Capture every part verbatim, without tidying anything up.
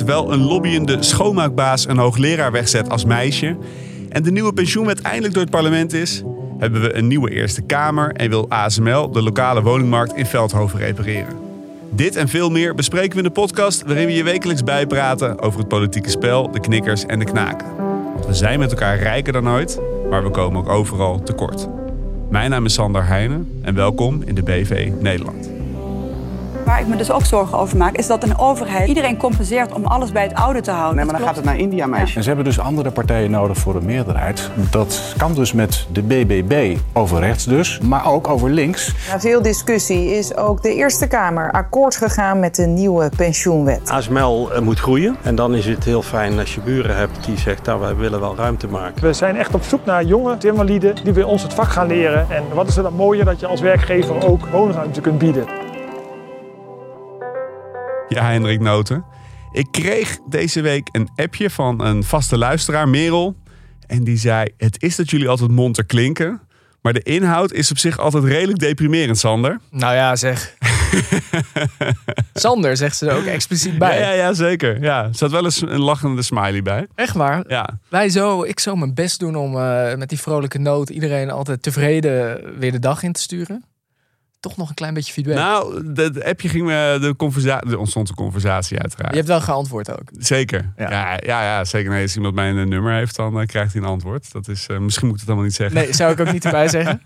zowel een lobbyende schoonmaakbaas een hoogleraar wegzet als meisje en de nieuwe pensioenwet eindelijk door het parlement is, hebben we een nieuwe Eerste Kamer en wil A S M L de lokale woningmarkt in Veldhoven repareren. Dit en veel meer bespreken we in de podcast waarin we je wekelijks bijpraten over het politieke spel, de knikkers en de knaken. Want we zijn met elkaar rijker dan ooit, maar we komen ook overal tekort. Mijn naam is Sander Heijnen en welkom in de B V Nederland. Waar ik me dus ook zorgen over maak, is dat een overheid iedereen compenseert om alles bij het oude te houden. Nee, maar dan gaat het naar India, meisje. Ja. En ze hebben dus andere partijen nodig voor een meerderheid. Dat kan dus met de B B B over rechts dus, maar ook over links. Na veel discussie is ook de Eerste Kamer akkoord gegaan met de nieuwe pensioenwet. A S M L moet groeien en dan is het heel fijn als je buren hebt die zegt, nou, wij willen wel ruimte maken. We zijn echt op zoek naar jonge timmerlieden die bij ons het vak gaan leren. En wat is er dan mooier dat je als werkgever ook woonruimte kunt bieden. Ja, Hendrik Noten. Ik kreeg deze week een appje van een vaste luisteraar, Merel. En die zei, het is dat jullie altijd monter klinken, maar de inhoud is op zich altijd redelijk deprimerend, Sander. Nou ja, zeg. Sander zegt ze er ook expliciet bij. Ja, ja, ja zeker. Ja, er zat wel eens een lachende smiley bij. Echt waar? Ja. Wij zo, ik zou mijn best doen om uh, met die vrolijke noot iedereen altijd tevreden weer de dag in te sturen. Toch nog een klein beetje feedback. Nou, de, de appje ging me de conversatie. Er ontstond een conversatie uiteraard. Je hebt wel geantwoord ook. Zeker. Ja, ja, ja, ja zeker. Nee, als iemand mij een nummer heeft, dan uh, krijgt hij een antwoord. Dat is, uh, misschien moet ik het allemaal niet zeggen. Nee, zou ik ook niet erbij zeggen.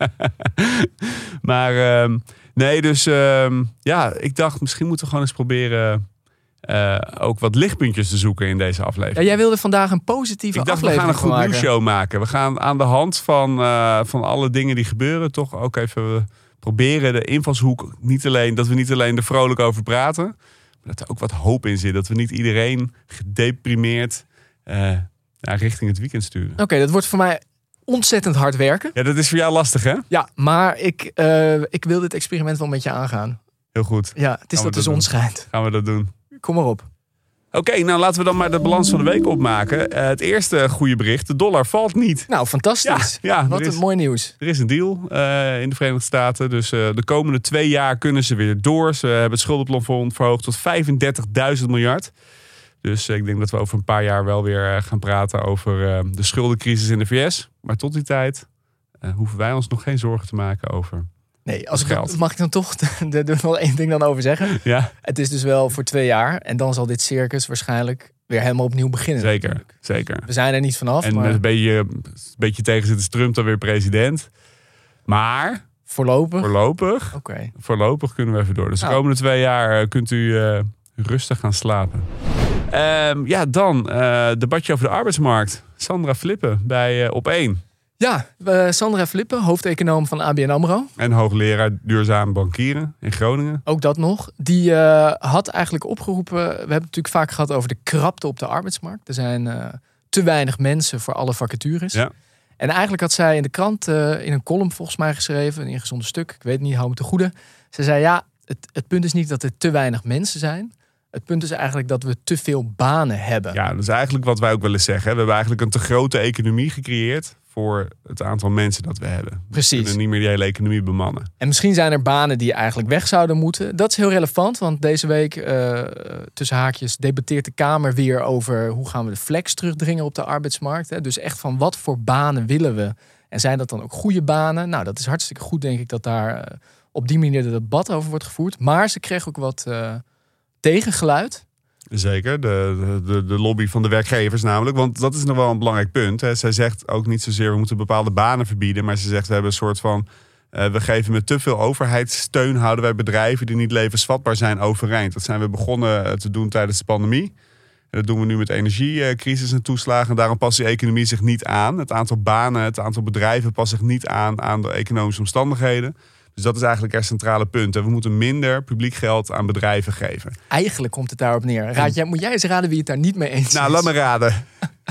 maar uh, nee, dus uh, ja, ik dacht misschien moeten we gewoon eens proberen uh, ook wat lichtpuntjes te zoeken in deze aflevering. Ja, jij wilde vandaag een positieve ik dacht, aflevering we gaan een goed maken. nieuwsshow maken. We gaan aan de hand van, uh, van alle dingen die gebeuren toch ook even Uh, proberen de invalshoek, niet alleen, dat we niet alleen er vrolijk over praten, maar dat er ook wat hoop in zit. Dat we niet iedereen gedeprimeerd uh, ja, richting het weekend sturen. Oké, okay, dat wordt voor mij ontzettend hard werken. Ja, dat is voor jou lastig, hè? Ja, maar ik, uh, ik wil dit experiment wel met je aangaan. Heel goed. Ja, het is dat de zon schijnt. Gaan we dat doen. Kom maar op. Oké, okay, nou laten we dan maar de balans van de week opmaken. Uh, het eerste goede bericht, de dollar valt niet. Nou, fantastisch. Ja, ja, Wat is, een mooi nieuws. Er is een deal uh, in de Verenigde Staten. Dus uh, de komende twee jaar kunnen ze weer door. Ze hebben het schuldenplafond verhoogd tot vijfendertigduizend miljard. Dus uh, ik denk dat we over een paar jaar wel weer uh, gaan praten over uh, de schuldencrisis in de V S. Maar tot die tijd uh, hoeven wij ons nog geen zorgen te maken over... Nee, als ik dan, mag ik dan toch er nog één ding dan over zeggen? Ja. Het is dus wel voor twee jaar. En dan zal dit circus waarschijnlijk weer helemaal opnieuw beginnen. Zeker, natuurlijk. zeker. We zijn er niet vanaf. En maar... met een beetje, een beetje tegen zit is Trump dan weer president. Maar... Voorlopig? Voorlopig. Oké. Okay. Voorlopig kunnen we even door. Dus de nou. komende twee jaar kunt u uh, rustig gaan slapen. Um, ja, dan uh, debatje over de arbeidsmarkt. Sandra Flippen bij uh, Op één. Ja, uh, Sandra Flippen, hoofdeconoom van A B N AMRO. En hoogleraar duurzaam bankieren in Groningen. Ook dat nog. Die uh, had eigenlijk opgeroepen... We hebben het natuurlijk vaak gehad over de krapte op de arbeidsmarkt. Er zijn uh, te weinig mensen voor alle vacatures. Ja. En eigenlijk had zij in de krant uh, in een column volgens mij geschreven... een ingezonde stuk, ik weet het niet, hou me te goede. Ze zei ja, het, het punt is niet dat er te weinig mensen zijn... Het punt is eigenlijk dat we te veel banen hebben. Ja, dat is eigenlijk wat wij ook willen zeggen. We hebben eigenlijk een te grote economie gecreëerd voor het aantal mensen dat we hebben. Precies. We kunnen niet meer die hele economie bemannen. En misschien zijn er banen die eigenlijk weg zouden moeten. Dat is heel relevant, want deze week uh, tussen haakjes debatteert de Kamer weer over hoe gaan we de flex terugdringen op de arbeidsmarkt. Hè? Dus echt van wat voor banen willen we? En zijn dat dan ook goede banen? Nou, dat is hartstikke goed, denk ik, dat daar uh, op die manier de debat over wordt gevoerd. Maar ze kreeg ook wat Uh, tegengeluid. Zeker, de, de, de lobby van de werkgevers namelijk. Want dat is nog wel een belangrijk punt. Hè. Zij zegt ook niet zozeer we moeten bepaalde banen verbieden. Maar ze zegt we hebben een soort van... Uh, we geven met te veel overheidssteun... houden wij bedrijven die niet levensvatbaar zijn overeind. Dat zijn we begonnen te doen tijdens de pandemie. En dat doen we nu met energiecrisis en toeslagen. En daarom past die economie zich niet aan. Het aantal banen, het aantal bedrijven past zich niet aan... aan de economische omstandigheden. Dus dat is eigenlijk het centrale punt. We moeten minder publiek geld aan bedrijven geven. Eigenlijk komt het daarop neer. Raad jij, moet jij eens raden wie het daar niet mee eens is? Nou, laat me raden.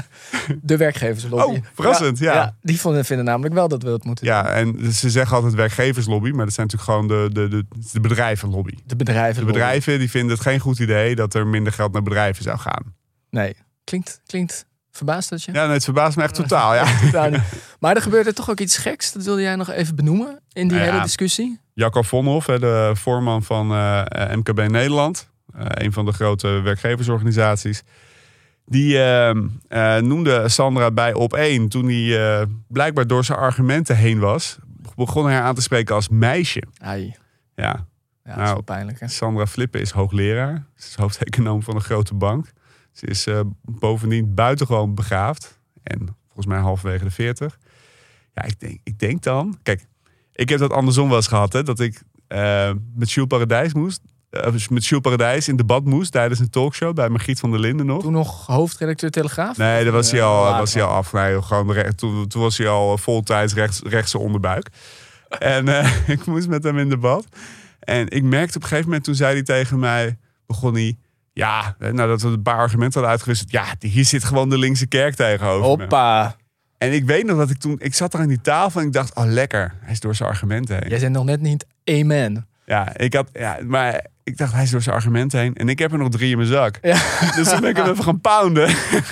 De werkgeverslobby. Oh, verrassend, ja. ja. ja die vonden, vinden namelijk wel dat we dat moeten ja, doen. Ja, en ze zeggen altijd werkgeverslobby, maar dat zijn natuurlijk gewoon de, de, de, de bedrijvenlobby. De bedrijvenlobby. De bedrijven die vinden het geen goed idee dat er minder geld naar bedrijven zou gaan. Nee, klinkt... klinkt... Verbaast dat je? Ja, nee, het verbaast me echt totaal, ja. totaal niet. Maar er gebeurde toch ook iets geks. Dat wilde jij nog even benoemen in die nou ja, hele discussie. Jacco Vonhoff, de voorman van uh, M K B Nederland. uh, een van de grote werkgeversorganisaties. Die uh, uh, noemde Sandra bij Op één toen hij uh, blijkbaar door zijn argumenten heen was. Begon hij haar aan te spreken als meisje. Ai. Ja, ja nou, dat is wel pijnlijk. Hè? Sandra Flippen is hoogleraar. Ze is hoofdeconoom van een grote bank. Ze is uh, bovendien buitengewoon begaafd. En volgens mij halverwege de veertig. Ja, ik denk, ik denk dan... Kijk, ik heb dat andersom wel eens gehad. Hè, dat ik uh, met Jules Paradijs moest... Uh, met Jules Paradijs in debat moest tijdens een talkshow bij Margriet van der Linden nog. Toen nog hoofdredacteur Telegraaf? Nee, dat was hij al, uh, was hij al af. Nee, gewoon recht, toen, toen was hij al voltijds rechts, rechtse onderbuik. En uh, ik moest met hem in debat. En ik merkte op een gegeven moment, toen zei hij tegen mij, begon hij... Ja, nadat we een paar argumenten hadden uitgewisseld. Ja, hier zit gewoon de linkse kerk tegenover Hoppa. me. En ik weet nog dat ik toen... Ik zat er aan die tafel en ik dacht, oh lekker. Hij is door zijn argumenten heen. Jij bent nog net niet amen. Ja, ik had... Ja, maar ik dacht, hij is door zijn argumenten heen. En ik heb er nog drie in mijn zak. Ja. Dus toen ben ik hem even gaan pounden.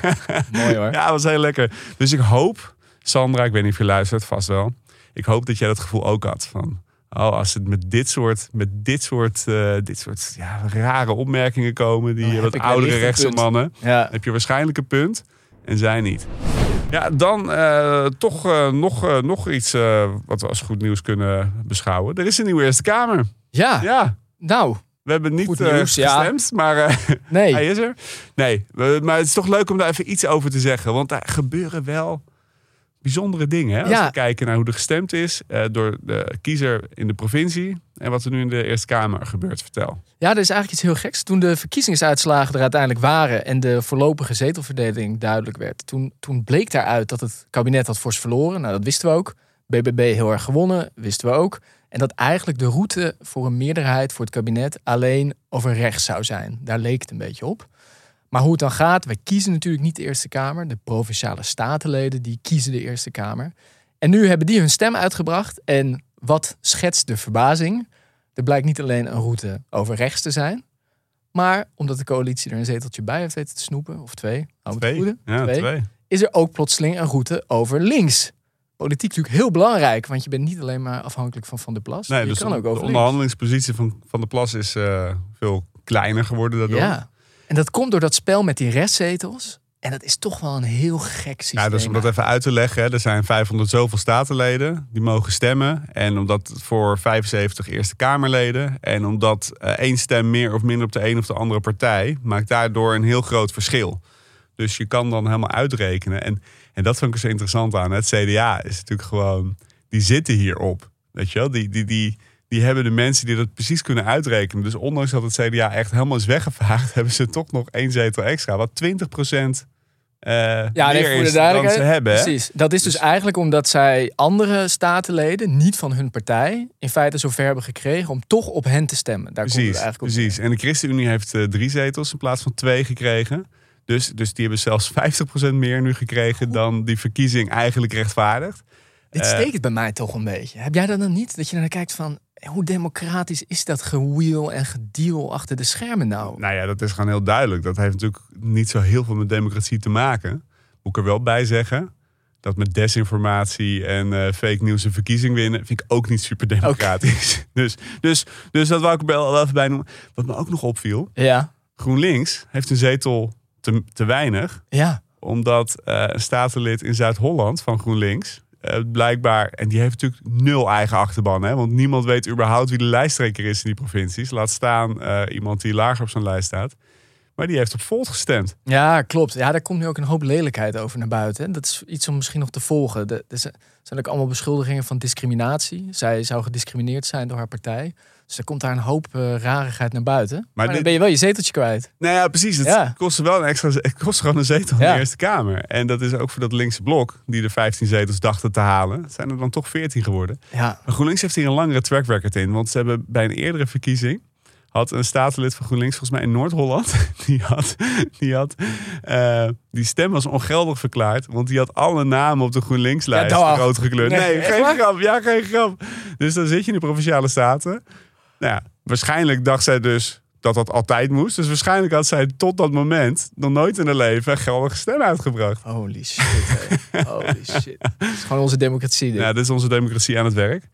Mooi hoor. Ja, dat was heel lekker. Dus ik hoop, Sandra, ik weet niet of je luistert, vast wel. Ik hoop dat jij dat gevoel ook had van... Oh, als het met dit soort, met dit soort, uh, dit soort ja, rare opmerkingen komen, die oh, wat oudere rechtse mannen, ja. heb je waarschijnlijk een punt en zij niet. Ja, dan uh, toch uh, nog, uh, nog iets uh, wat we als goed nieuws kunnen beschouwen. Er is een nieuwe Eerste Kamer. Ja, ja. nou. We hebben niet goed nieuws, uh, gestemd, ja. maar uh, nee. hij is er. Nee, we, maar het is toch leuk om daar even iets over te zeggen, want daar gebeuren wel... bijzondere dingen. Hè? Als ja. we kijken naar hoe er gestemd is uh, door de kiezer in de provincie en wat er nu in de Eerste Kamer gebeurt. Vertel. Ja, er is eigenlijk iets heel geks. Toen de verkiezingsuitslagen er uiteindelijk waren en de voorlopige zetelverdeling duidelijk werd, toen, toen bleek daaruit dat het kabinet had fors verloren. Nou, dat wisten we ook. B B B heel erg gewonnen, wisten we ook. En dat eigenlijk de route voor een meerderheid voor het kabinet alleen over rechts zou zijn. Daar leek het een beetje op. Maar hoe het dan gaat, wij kiezen natuurlijk niet de Eerste Kamer. De Provinciale Statenleden, die kiezen de Eerste Kamer. En nu hebben die hun stem uitgebracht. En wat schetst de verbazing? Er blijkt niet alleen een route over rechts te zijn. Maar omdat de coalitie er een zeteltje bij heeft weten te snoepen, of twee, twee. Ja, twee, twee, is er ook plotseling een route over links. Politiek natuurlijk heel belangrijk, want je bent niet alleen maar afhankelijk van Van der Plas. Nee, je dus kan ook over de links. onderhandelingspositie van Van der Plas is uh, veel kleiner geworden daardoor. Ja. En dat komt door dat spel met die restzetels. En dat is toch wel een heel gek systeem. Ja, dus om dat even uit te leggen. Hè, er zijn vijfhonderd zoveel statenleden die mogen stemmen. En omdat voor vijfenzeventig Eerste Kamerleden. En omdat uh, één stem meer of minder op de een of de andere partij. Maakt daardoor een heel groot verschil. Dus je kan dan helemaal uitrekenen. En, en dat vond ik er zo interessant aan. Het C D A is natuurlijk gewoon... Die zitten hierop. Weet je wel? Die... die, die Die hebben de mensen die dat precies kunnen uitrekenen. Dus ondanks dat het C D A echt helemaal is weggevaagd, hebben ze toch nog één zetel extra. Wat twintig procent uh, ja, meer nee, is dan ze hebben. Precies. Dat is dus, dus eigenlijk omdat zij andere statenleden, niet van hun partij, in feite zover hebben gekregen om toch op hen te stemmen. Daar precies, komt het eigenlijk op. Precies. En de ChristenUnie heeft uh, drie zetels in plaats van twee gekregen. Dus, dus die hebben zelfs vijftig procent meer nu gekregen dan die verkiezing eigenlijk rechtvaardigt. Dit uh, steekt bij mij toch een beetje. Heb jij dat dan niet? Dat je naar kijkt van... Hoe democratisch is dat gewheel en gedeal achter de schermen nou? Nou ja, dat is gewoon heel duidelijk. Dat heeft natuurlijk niet zo heel veel met democratie te maken. Moet ik er wel bij zeggen. Dat met desinformatie en uh, fake nieuws een verkiezing winnen... vind ik ook niet super democratisch. Okay. Dus, dus, dus dat wou ik er wel even bij noemen. Wat me ook nog opviel. Ja. GroenLinks heeft een zetel te, te weinig. Ja. Omdat uh, een statenlid in Zuid-Holland van GroenLinks... Uh, blijkbaar, en die heeft natuurlijk nul eigen achterban. Hè? Want niemand weet überhaupt wie de lijsttrekker is in die provincies. Laat staan uh, iemand die lager op zijn lijst staat. Maar die heeft op Volt gestemd. Ja, klopt. Ja, daar komt nu ook een hoop lelijkheid over naar buiten. Hè? Dat is iets om misschien nog te volgen. Er zijn ook allemaal beschuldigingen van discriminatie. Zij zou gediscrimineerd zijn door haar partij. Dus er komt daar een hoop uh, rarigheid naar buiten. Maar, maar dan dit... ben je wel je zeteltje kwijt. Nou ja, precies. Het ja. kost wel een extra. Het kost gewoon een zetel in ja. de Eerste Kamer. En dat is ook voor dat linkse blok, die de vijftien zetels dachten te halen. Zijn er dan toch veertien geworden. Ja. Maar GroenLinks heeft hier een langere track record in. Want ze hebben bij een eerdere verkiezing... had een statenlid van GroenLinks, volgens mij in Noord-Holland... die had, die, had uh, die stem was ongeldig verklaard... want die had alle namen op de GroenLinks-lijst ja, rood gekleurd. Nee, nee geen grap. Ja, geen grap. Dus dan zit je in de Provinciale Staten. Nou ja, waarschijnlijk dacht zij dus dat dat altijd moest. Dus waarschijnlijk had zij tot dat moment... nog nooit in haar leven een geldige stem uitgebracht. Holy shit, hey. Holy shit. Dat is gewoon onze democratie. Dit. Ja, dit is onze democratie aan het werk.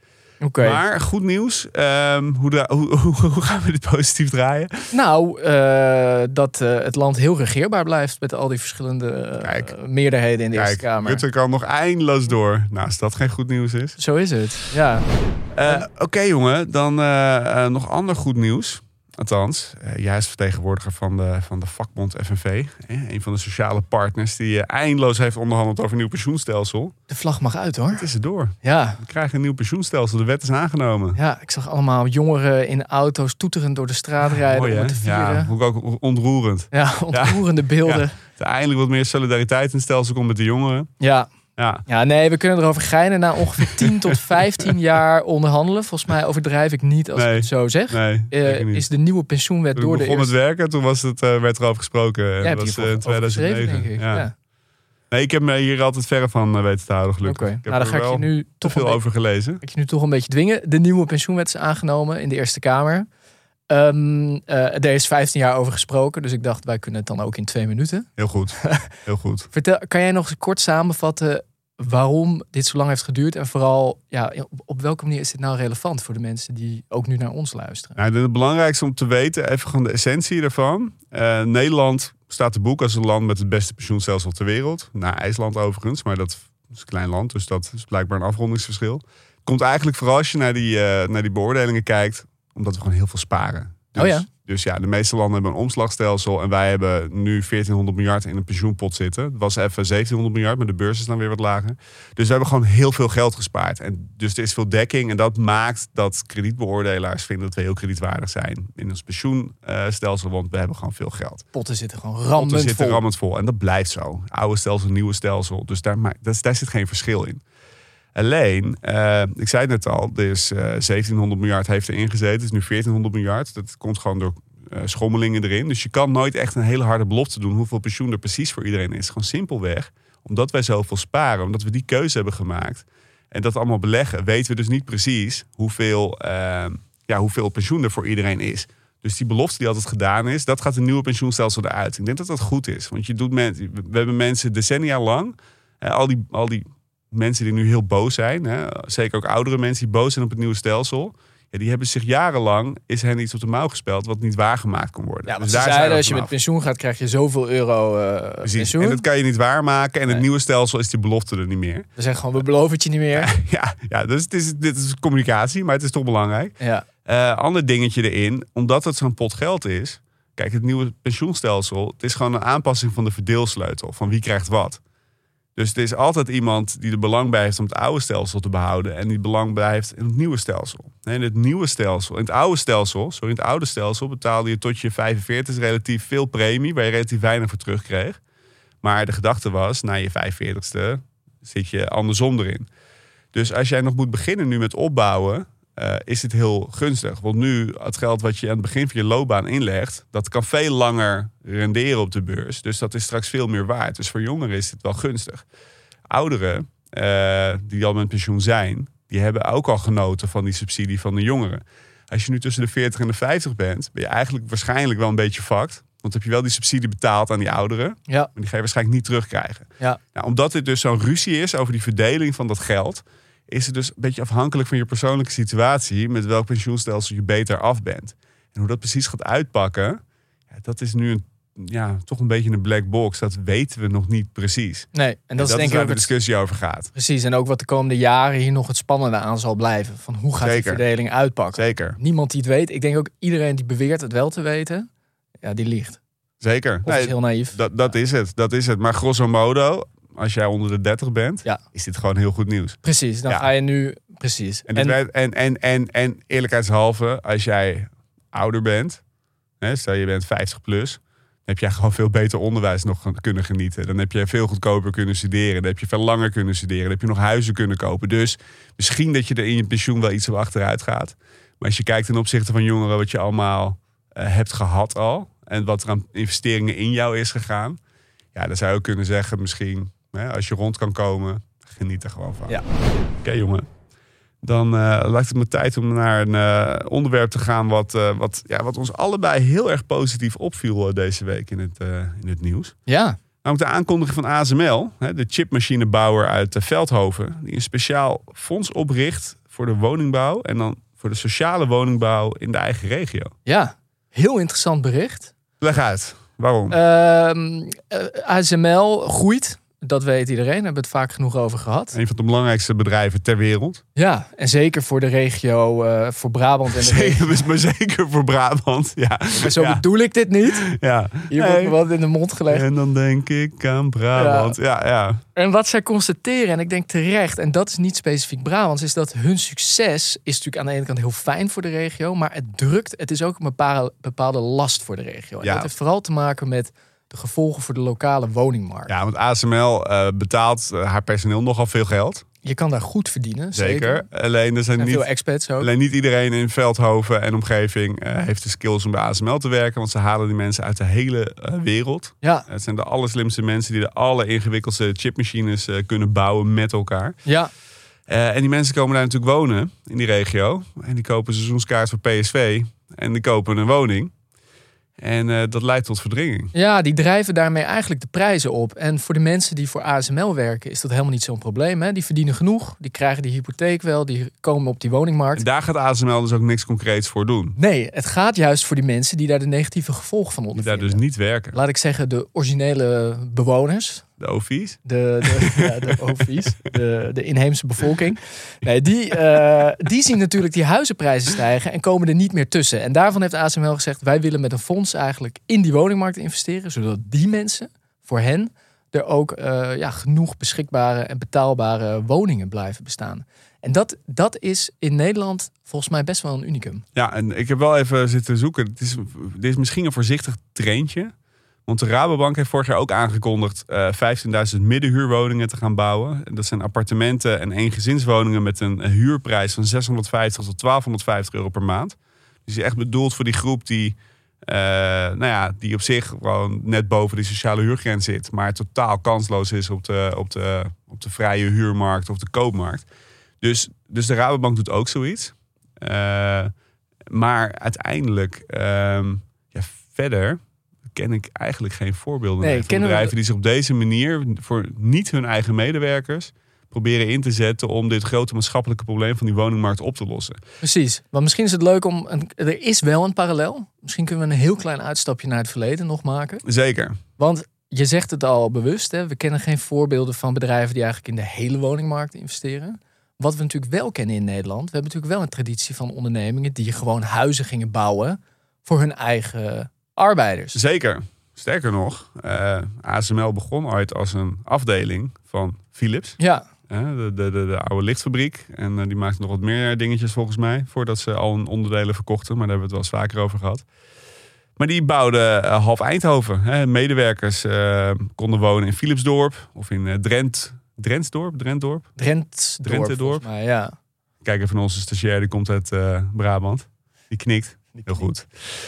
Okay. Maar goed nieuws. Um, hoe, dra- hoe, hoe, hoe gaan we dit positief draaien? Nou, uh, dat uh, het land heel regeerbaar blijft met al die verschillende uh, meerderheden in de Kijk, Eerste Kamer. Rutte kan nog eindeloos door. Nou, als dat geen goed nieuws is. Zo is het, ja. Uh, Oké okay, jongen, dan uh, uh, nog ander goed nieuws. Althans, uh, jij is vertegenwoordiger van de, van de vakbond F N V. Eh, een van de sociale partners die uh, eindeloos heeft onderhandeld over een nieuw pensioenstelsel. De vlag mag uit hoor. Het is er door. Ja. We krijgen een nieuw pensioenstelsel. De wet is aangenomen. Ja, ik zag allemaal jongeren in auto's toeterend door de straat ja, rijden mooi, om te vieren. Ja, ook ontroerend. Ja, ontroerende ja. beelden. Ja. Er eindelijk wat meer solidariteit in het stelsel komt met de jongeren. Ja. Ja. ja, nee, we kunnen erover geinen na ongeveer tien tot vijftien jaar onderhandelen. Volgens mij overdrijf ik niet als nee, ik het zo zeg. Nee, uh, niet. Is de nieuwe pensioenwet toen door de begon eerste... met werken, toen was het, uh, werd erover gesproken. Ja, dat was uh, in tweeduizend negen. Denk ik. Ja. Ja. Nee, ik heb me hier altijd verre van uh, weten te houden, gelukkig. Okay. Ik heb nou, dan er ga ik je nu te toch veel beetje, over gelezen. Ga ik je nu toch een beetje dwingen. De nieuwe pensioenwet is aangenomen in de Eerste Kamer. Um, uh, er is vijftien jaar over gesproken, dus ik dacht, wij kunnen het dan ook in twee minuten. Heel goed, heel goed. Vertel, kan jij nog eens kort samenvatten waarom dit zo lang heeft geduurd? En vooral, ja, op welke manier is dit nou relevant voor de mensen die ook nu naar ons luisteren? Nou, het belangrijkste om te weten, even gewoon de essentie ervan. Uh, Nederland staat te boek als een land met het beste pensioenstelsel ter wereld. Na IJsland overigens, maar dat is een klein land, dus dat is blijkbaar een afrondingsverschil. Het komt eigenlijk vooral als je naar die, uh, naar die beoordelingen kijkt, omdat we gewoon heel veel sparen. Dus, oh ja? Dus ja, de meeste landen hebben een omslagstelsel en wij hebben nu veertienhonderd miljard in een pensioenpot zitten. Het was even zeventienhonderd miljard, maar de beurs is dan weer wat lager. Dus we hebben gewoon heel veel geld gespaard. En dus er is veel dekking en dat maakt dat kredietbeoordelaars vinden dat we heel kredietwaardig zijn in ons pensioenstelsel, want we hebben gewoon veel geld. Potten zitten gewoon rammend Potten zitten vol. rammend vol en dat blijft zo. Oude stelsel, nieuwe stelsel. Dus daar, maakt, daar, daar zit geen verschil in. Alleen, uh, ik zei het net al, dus uh, zeventienhonderd miljard heeft er ingezeten. Het is nu veertienhonderd miljard. Dat komt gewoon door uh, schommelingen erin. Dus je kan nooit echt een hele harde belofte doen hoeveel pensioen er precies voor iedereen is. Gewoon simpelweg, omdat wij zoveel sparen, omdat we die keuze hebben gemaakt en dat allemaal beleggen, weten we dus niet precies hoeveel, uh, ja, hoeveel pensioen er voor iedereen is. Dus die belofte die altijd gedaan is, dat gaat een nieuwe pensioenstelsel eruit. Ik denk dat dat goed is. Want je doet men, we hebben mensen decennia lang, uh, al die... Al die mensen die nu heel boos zijn, hè, zeker ook oudere mensen die boos zijn op het nieuwe stelsel, ja, die hebben zich jarenlang, is hen iets op de mouw gespeld wat niet waargemaakt kon worden. Ja, want dus ze daar zeiden, als je met pensioen gaat, krijg je zoveel euro uh, Precies. pensioen. En dat kan je niet waarmaken. En nee. het nieuwe stelsel is die belofte er niet meer. We zeggen gewoon, we beloven het je niet meer. Ja, ja, ja dus het is, dit is communicatie, maar het is toch belangrijk. Ja. Uh, ander dingetje erin, omdat het zo'n pot geld is. Kijk, het nieuwe pensioenstelsel, het is gewoon een aanpassing van de verdeelsleutel. Van wie krijgt wat. Dus er is altijd iemand die er belang bij heeft om het oude stelsel te behouden en die belang bij heeft in het nieuwe stelsel. In het nieuwe stelsel, in het oude stelsel, sorry, in het oude stelsel betaalde je tot je vijfenveertig relatief veel premie, waar je relatief weinig voor terugkreeg. Maar de gedachte was, na je vijfenveertigste zit je andersom erin. Dus als jij nog moet beginnen nu met opbouwen, Uh, is het heel gunstig. Want nu, het geld wat je aan het begin van je loopbaan inlegt, dat kan veel langer renderen op de beurs. Dus dat is straks veel meer waard. Dus voor jongeren is het wel gunstig. Ouderen, uh, die al met pensioen zijn, die hebben ook al genoten van die subsidie van de jongeren. Als je nu tussen de veertig en de vijftig bent, ben je eigenlijk waarschijnlijk wel een beetje fucked. Want heb je wel die subsidie betaald aan die ouderen, ja. maar die ga je waarschijnlijk niet terugkrijgen. Ja. Nou, omdat dit dus zo'n ruzie is over die verdeling van dat geld, is het dus een beetje afhankelijk van je persoonlijke situatie met welk pensioenstelsel je beter af bent. En hoe dat precies gaat uitpakken, ja, dat is nu een, ja, toch een beetje een black box. Dat weten we nog niet precies. Nee, en dat, en dat is denk is waar ik de ook discussie over gaat. Precies, en ook wat de komende jaren hier nog het spannende aan zal blijven. Van hoe gaat Zeker. die verdeling uitpakken? Zeker. Niemand die het weet. Ik denk ook iedereen die beweert het wel te weten, ja, die liegt. Zeker. Of is heel naïef. Dat, dat is het, dat is het. Maar grosso modo, als jij onder de dertig bent, ja. is dit gewoon heel goed nieuws. Precies, dan ja. ga je nu... Precies. En, en, werd, en, en, en, en eerlijkheidshalve, als jij ouder bent, hè, stel je bent vijftig plus, dan heb jij gewoon veel beter onderwijs nog kunnen genieten. Dan heb je veel goedkoper kunnen studeren. Dan heb je veel langer kunnen studeren. Dan heb je nog huizen kunnen kopen. Dus misschien dat je er in je pensioen wel iets op achteruit gaat. Maar als je kijkt ten opzichte van jongeren wat je allemaal uh, hebt gehad al, en wat er aan investeringen in jou is gegaan, ja, dan zou je ook kunnen zeggen misschien, hè, als je rond kan komen, geniet er gewoon van. Ja. Oké, okay, jongen. Dan uh, lijkt het me tijd om naar een uh, onderwerp te gaan wat, uh, wat, ja, wat ons allebei heel erg positief opviel uh, deze week in het, uh, in het nieuws. Ja. Namelijk de aankondiging van A S M L, hè, de chipmachinebouwer uit uh, Veldhoven, die een speciaal fonds opricht voor de woningbouw en dan voor de sociale woningbouw in de eigen regio. Ja, heel interessant bericht. Leg uit, waarom? Uh, uh, A S M L groeit. Dat weet iedereen, daar hebben we het vaak genoeg over gehad. Een van de belangrijkste bedrijven ter wereld. Ja, en zeker voor de regio, uh, voor Brabant. En de regio. Zeker, maar zeker voor Brabant. Ja. Maar zo ja. bedoel ik dit niet. Ja. Hier wordt me wat in de mond gelegd. En dan denk ik aan Brabant. Ja. Ja, ja. En wat zij constateren, en ik denk terecht, en dat is niet specifiek Brabants, is dat hun succes is natuurlijk aan de ene kant heel fijn voor de regio, maar het drukt, het is ook een bepaalde, bepaalde last voor de regio. En ja. dat heeft vooral te maken met de gevolgen voor de lokale woningmarkt. Ja, want A S M L uh, betaalt uh, haar personeel nogal veel geld. Je kan daar goed verdienen, zeker. zeker. Alleen er zijn, er zijn niet, veel expats ook. Alleen niet iedereen in Veldhoven en omgeving uh, heeft de skills om bij A S M L te werken. Want ze halen die mensen uit de hele uh, wereld. Ja. Het zijn de allerslimste mensen die de alleringewikkeldste chipmachines uh, kunnen bouwen met elkaar. Ja. Uh, en die mensen komen daar natuurlijk wonen in die regio. En die kopen seizoenskaart voor P S V. En die kopen een woning. En uh, dat leidt tot verdringing. Ja, die drijven daarmee eigenlijk de prijzen op. En voor de mensen die voor A S M L werken is dat helemaal niet zo'n probleem. Hè? Die verdienen genoeg, die krijgen die hypotheek wel, die komen op die woningmarkt. En daar gaat A S M L dus ook niks concreets voor doen. Nee, het gaat juist voor die mensen die daar de negatieve gevolgen van ondervinden. Die daar dus niet werken. Laat ik zeggen, de originele bewoners. De O V's? De, de, ja, de O V's, de, de inheemse bevolking. Nee, die, uh, die zien natuurlijk die huizenprijzen stijgen en komen er niet meer tussen. En daarvan heeft A S M L gezegd, wij willen met een fonds eigenlijk in die woningmarkt investeren, zodat die mensen, voor hen, er ook uh, ja, genoeg beschikbare en betaalbare woningen blijven bestaan. En dat, dat is in Nederland volgens mij best wel een unicum. Ja, en ik heb wel even zitten zoeken. Het is, dit is misschien een voorzichtig treintje. Want de Rabobank heeft vorig jaar ook aangekondigd uh, vijftienduizend middenhuurwoningen te gaan bouwen. En dat zijn appartementen en eengezinswoningen met een huurprijs van zeshonderdvijftig tot twaalfhonderdvijftig euro per maand. Dus die is echt bedoeld voor die groep die, uh, nou ja, die op zich gewoon net boven die sociale huurgrens zit. Maar totaal kansloos is op de, op de, op de vrije huurmarkt of de koopmarkt. Dus, dus de Rabobank doet ook zoiets. Uh, maar uiteindelijk, uh, ja, verder ken ik eigenlijk geen voorbeelden nee, van bedrijven we... die zich op deze manier voor niet hun eigen medewerkers proberen in te zetten om dit grote maatschappelijke probleem van die woningmarkt op te lossen. Precies. Want misschien is het leuk om... Een, er is wel een parallel. Misschien kunnen we een heel klein uitstapje naar het verleden nog maken. Zeker. Want je zegt het al bewust, hè? We kennen geen voorbeelden van bedrijven die eigenlijk in de hele woningmarkt investeren. Wat we natuurlijk wel kennen in Nederland, we hebben natuurlijk wel een traditie van ondernemingen die gewoon huizen gingen bouwen voor hun eigen arbeiders. Zeker. Sterker nog, uh, A S M L begon ooit als een afdeling van Philips. Ja. Uh, de, de, de, de oude lichtfabriek. En uh, die maakte nog wat meer dingetjes volgens mij, voordat ze al hun onderdelen verkochten. Maar daar hebben we het wel eens vaker over gehad. Maar die bouwden uh, half Eindhoven. Hè. Medewerkers uh, konden wonen in Philipsdorp of in uh, Drent. Drentsdorp? Drentdorp? Drentsdorp, Drentedorp. mij, ja. Kijk even naar onze stagiair, die komt uit uh, Brabant. Die knikt. Die Heel goed.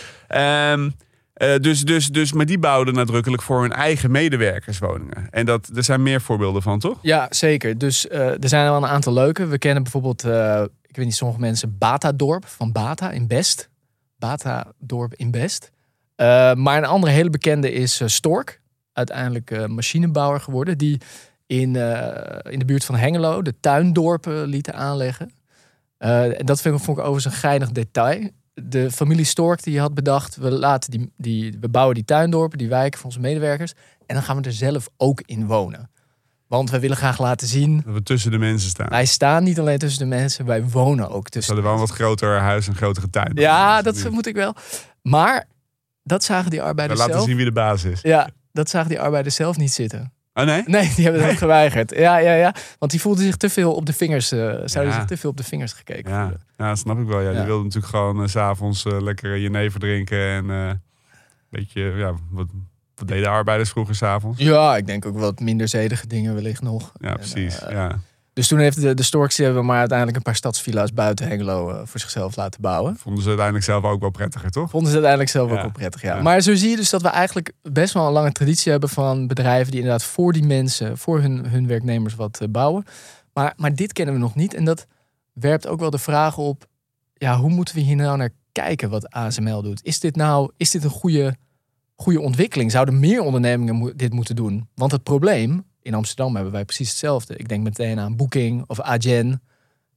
Um, uh, dus, dus, dus, maar die bouwden nadrukkelijk voor hun eigen medewerkerswoningen. En dat, er zijn meer voorbeelden van, toch? Ja, zeker. Dus uh, er zijn wel een aantal leuke. We kennen bijvoorbeeld, uh, ik weet niet, sommige mensen, Batadorp van Bata in Best. Batadorp in Best. Uh, maar een andere hele bekende is uh, Stork. Uiteindelijk uh, machinebouwer geworden. Die in, uh, in de buurt van Hengelo de tuindorpen lieten aanleggen. Uh, en dat vind ik, vond ik overigens een geinig detail. De familie Stork die had bedacht, we, laten die, die, we bouwen die tuindorpen, die wijken voor onze medewerkers. En dan gaan we er zelf ook in wonen. Want wij willen graag laten zien... dat we tussen de mensen staan. Wij staan niet alleen tussen de mensen, wij wonen ook tussen de mensen. We hadden wel een wat groter huis en grotere tuin. Ja, dat vermoed ik wel. Maar dat zagen die arbeiders zelf... We laten zien wie de baas is. Ja, dat zagen die arbeiders zelf niet zitten. Oh nee? Nee, die hebben het nee. geweigerd. Ja, ja, ja. Want die voelden zich te veel op de vingers. Uh, zouden ja. zich te veel op de vingers gekeken ja. voelen. Ja, dat snap ik wel. Ja. Ja. Die wilden natuurlijk gewoon uh, 's avonds uh, lekker jenever drinken. En uh, een beetje, ja, wat, wat deden arbeiders vroeger 's avonds? Ja, ik denk ook wat minder zedige dingen wellicht nog. Ja, en, precies. Uh, ja. Dus toen heeft de, de Storks hebben maar uiteindelijk een paar stadsvilla's buiten Hengelo uh, voor zichzelf laten bouwen. Vonden ze uiteindelijk zelf ook wel prettiger, toch? Vonden ze uiteindelijk zelf ja. ook wel prettig, ja. ja. Maar zo zie je dus dat we eigenlijk best wel een lange traditie hebben van bedrijven die inderdaad voor die mensen, voor hun, hun werknemers wat uh, bouwen. Maar, maar dit kennen we nog niet. En dat werpt ook wel de vraag op, ja, hoe moeten we hier nou naar kijken wat A S M L doet? Is dit nou, is dit een goede, goede ontwikkeling? Zouden meer ondernemingen mo- dit moeten doen? Want het probleem... In Amsterdam hebben wij precies hetzelfde. Ik denk meteen aan Booking of Adyen.